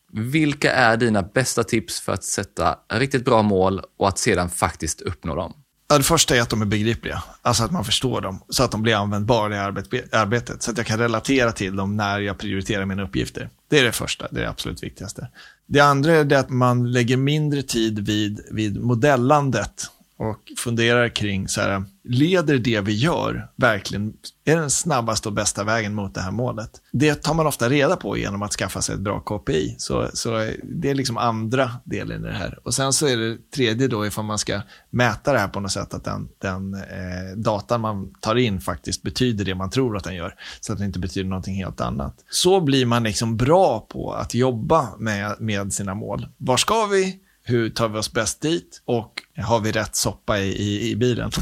Vilka är dina bästa tips för att sätta riktigt bra mål och att sedan faktiskt uppnå dem? Ja, det första är att de är begripliga, alltså att man förstår dem, så att de blir användbara i arbetet, så att jag kan relatera till dem när jag prioriterar mina uppgifter. Det är det första, det är det absolut viktigaste. Det andra är det att man lägger mindre tid vid, vid modellandet och funderar kring så här, leder det vi gör verkligen, är den snabbaste och bästa vägen mot det här målet? Det tar man ofta reda på genom att skaffa sig ett bra K P I. Så, så det är liksom andra delen i det här. Och sen så är det tredje då ifall man ska mäta det här på något sätt, att den, den eh, datan man tar in faktiskt betyder det man tror att den gör, så att det inte betyder någonting helt annat. Så blir man liksom bra på att jobba med, med sina mål. Var ska vi? Hur tar vi oss bäst dit? Och har vi rätt soppa i, i, i bilen?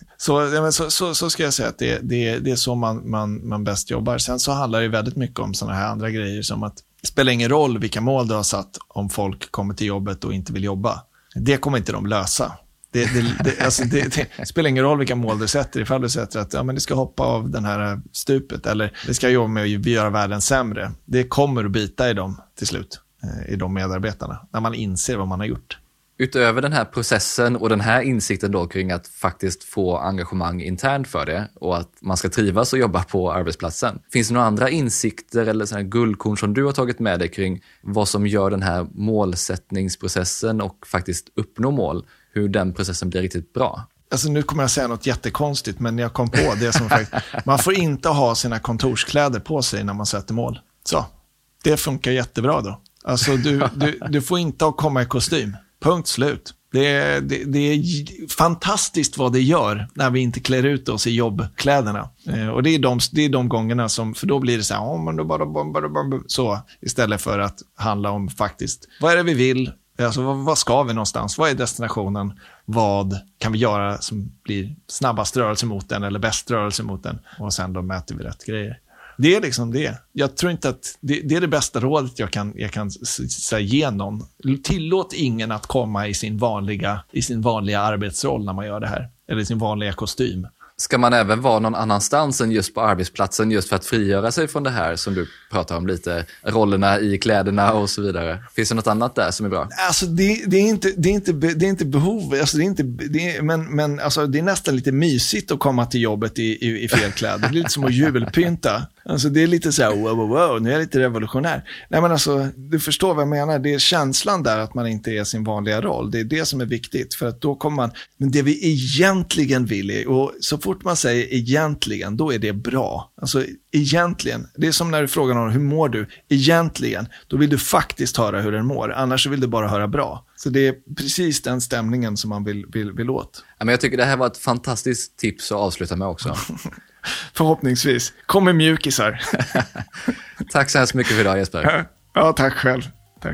så, så, så, så ska jag säga att det, det, det är så man, man, man bäst jobbar. Sen så handlar det väldigt mycket om sådana här andra grejer, som att det spelar ingen roll vilka mål du har satt om folk kommer till jobbet och inte vill jobba. Det kommer inte de lösa. Det, det, det, alltså det, det spelar ingen roll vilka mål du sätter. Ifall du sätter att ja, men det ska hoppa av den här stupet, eller det ska jobba med att göra världen sämre. Det kommer att bita i dem till slut, i de medarbetarna, när man inser vad man har gjort. Utöver den här processen och den här insikten då kring att faktiskt få engagemang internt för det och att man ska trivas och jobba på arbetsplatsen. Finns det några andra insikter eller sådana här guldkorn som du har tagit med dig kring vad som gör den här målsättningsprocessen och faktiskt uppnå mål, hur den processen blir riktigt bra? Alltså nu kommer jag säga något jättekonstigt, men jag kom på det som faktiskt, man får inte ha sina kontorskläder på sig när man sätter mål. Så, det funkar jättebra då. Alltså du, du, du får inte ha komma i kostym. Punkt slut. Det är, det, det är fantastiskt vad det gör när vi inte klär ut oss i jobbkläderna. Eh, och det är, de, det är de gångerna som, för då blir det så här, oh, men då bara, bara, bara, så, istället för att handla om faktiskt, vad är det vi vill? Alltså, vad, vad ska vi någonstans? Vad är destinationen? Vad kan vi göra som blir snabbast rörelse mot den eller bäst rörelse mot den? Och sen då mäter vi rätt grejer. Det är liksom det. Jag tror inte att det, det är det bästa rådet jag kan, jag kan säga ge någon. Tillåt ingen att komma i sin vanliga, i sin vanliga arbetsroll när man gör det här. Eller i sin vanliga kostym. Ska man även vara någon annanstans än just på arbetsplatsen just för att frigöra sig från det här som du pratar om lite, rollerna i kläderna och så vidare? Finns det något annat där som är bra? Alltså det, det är inte det är inte det är inte behov, alltså det är inte det är, men men alltså det är nästan lite mysigt att komma till jobbet i i, i fel kläder. Det är lite som att jubelpynta. Alltså det är lite så här wow wow wow, nu är jag lite revolutionär. Nej men alltså du förstår vad jag menar, det är känslan där att man inte är sin vanliga roll. Det är det som är viktigt, för att då kommer man, men det vi egentligen vill är, och så fort man säger egentligen, då är det bra. Alltså egentligen, det är som när du frågar någon, hur mår du? Egentligen, då vill du faktiskt höra hur den mår, annars vill du bara höra bra. Så det är precis den stämningen som man vill, vill, vill åt. Ja, men jag tycker det här var ett fantastiskt tips att avsluta med också. Förhoppningsvis. Kom med mjukisar. Tack så hemskt mycket för idag, Jesper. Ja, tack själv. Tack.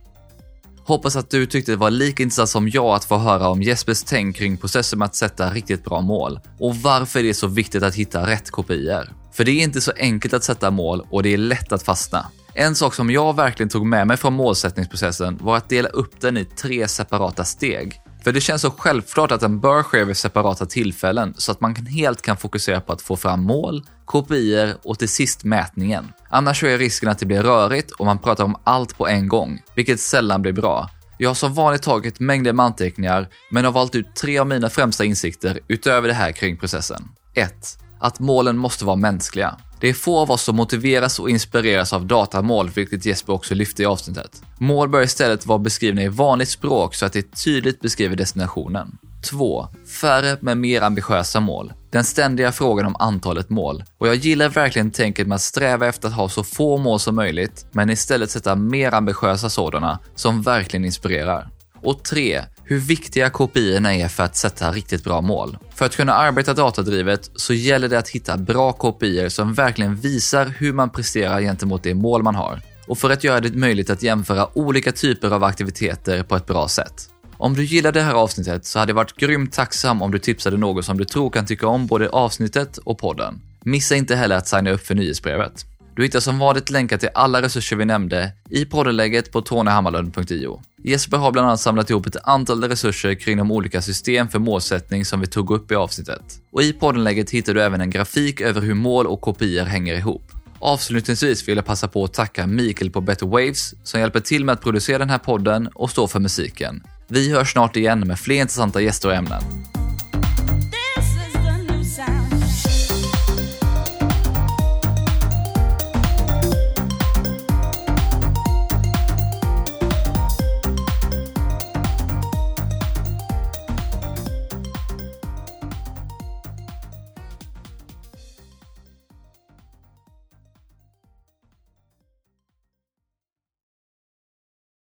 Hoppas att du tyckte det var lika intressant som jag att få höra om Jespers tänk kring processen med att sätta riktigt bra mål. Och varför det är så viktigt att hitta rätt kopior. För det är inte så enkelt att sätta mål och det är lätt att fastna. En sak som jag verkligen tog med mig från målsättningsprocessen var att dela upp den i tre separata steg. För det känns så självklart att den bör ske vid separata tillfällen så att man helt kan fokusera på att få fram mål, kopior och till sist mätningen. Annars är risken att det blir rörigt och man pratar om allt på en gång, vilket sällan blir bra. Jag har som vanligt tagit mängder med anteckningar men har valt ut tre av mina främsta insikter utöver det här kring processen. ett. Att målen måste vara mänskliga. Det är få av oss som motiveras och inspireras av datamål, vilket Jesper också lyfte i avsnittet. Mål bör istället vara beskrivna i vanligt språk så att det tydligt beskriver destinationen. två. Färre med mer ambitiösa mål. Den ständiga frågan om antalet mål. Och jag gillar verkligen tänket med att sträva efter att ha så få mål som möjligt, men istället sätta mer ambitiösa sådana som verkligen inspirerar. Och tre. Hur viktiga K P I-erna är för att sätta riktigt bra mål. För att kunna arbeta datadrivet så gäller det att hitta bra K P I-er som verkligen visar hur man presterar gentemot det mål man har. Och för att göra det möjligt att jämföra olika typer av aktiviteter på ett bra sätt. Om du gillar det här avsnittet så hade jag varit grymt tacksam om du tipsade någon som du tror kan tycka om både avsnittet och podden. Missa inte heller att signa upp för nyhetsbrevet. Du hittar som vanligt länkar till alla resurser vi nämnde i poddenlägget på tony hammarlund punkt i o. Jesper har bland annat samlat ihop ett antal resurser kring de olika system för målsättning som vi tog upp i avsnittet. Och i poddenlägget hittar du även en grafik över hur mål och kopior hänger ihop. Avslutningsvis vill jag passa på att tacka Mikael på Better Waves som hjälper till med att producera den här podden och står för musiken. Vi hörs snart igen med fler intressanta gäster och ämnen.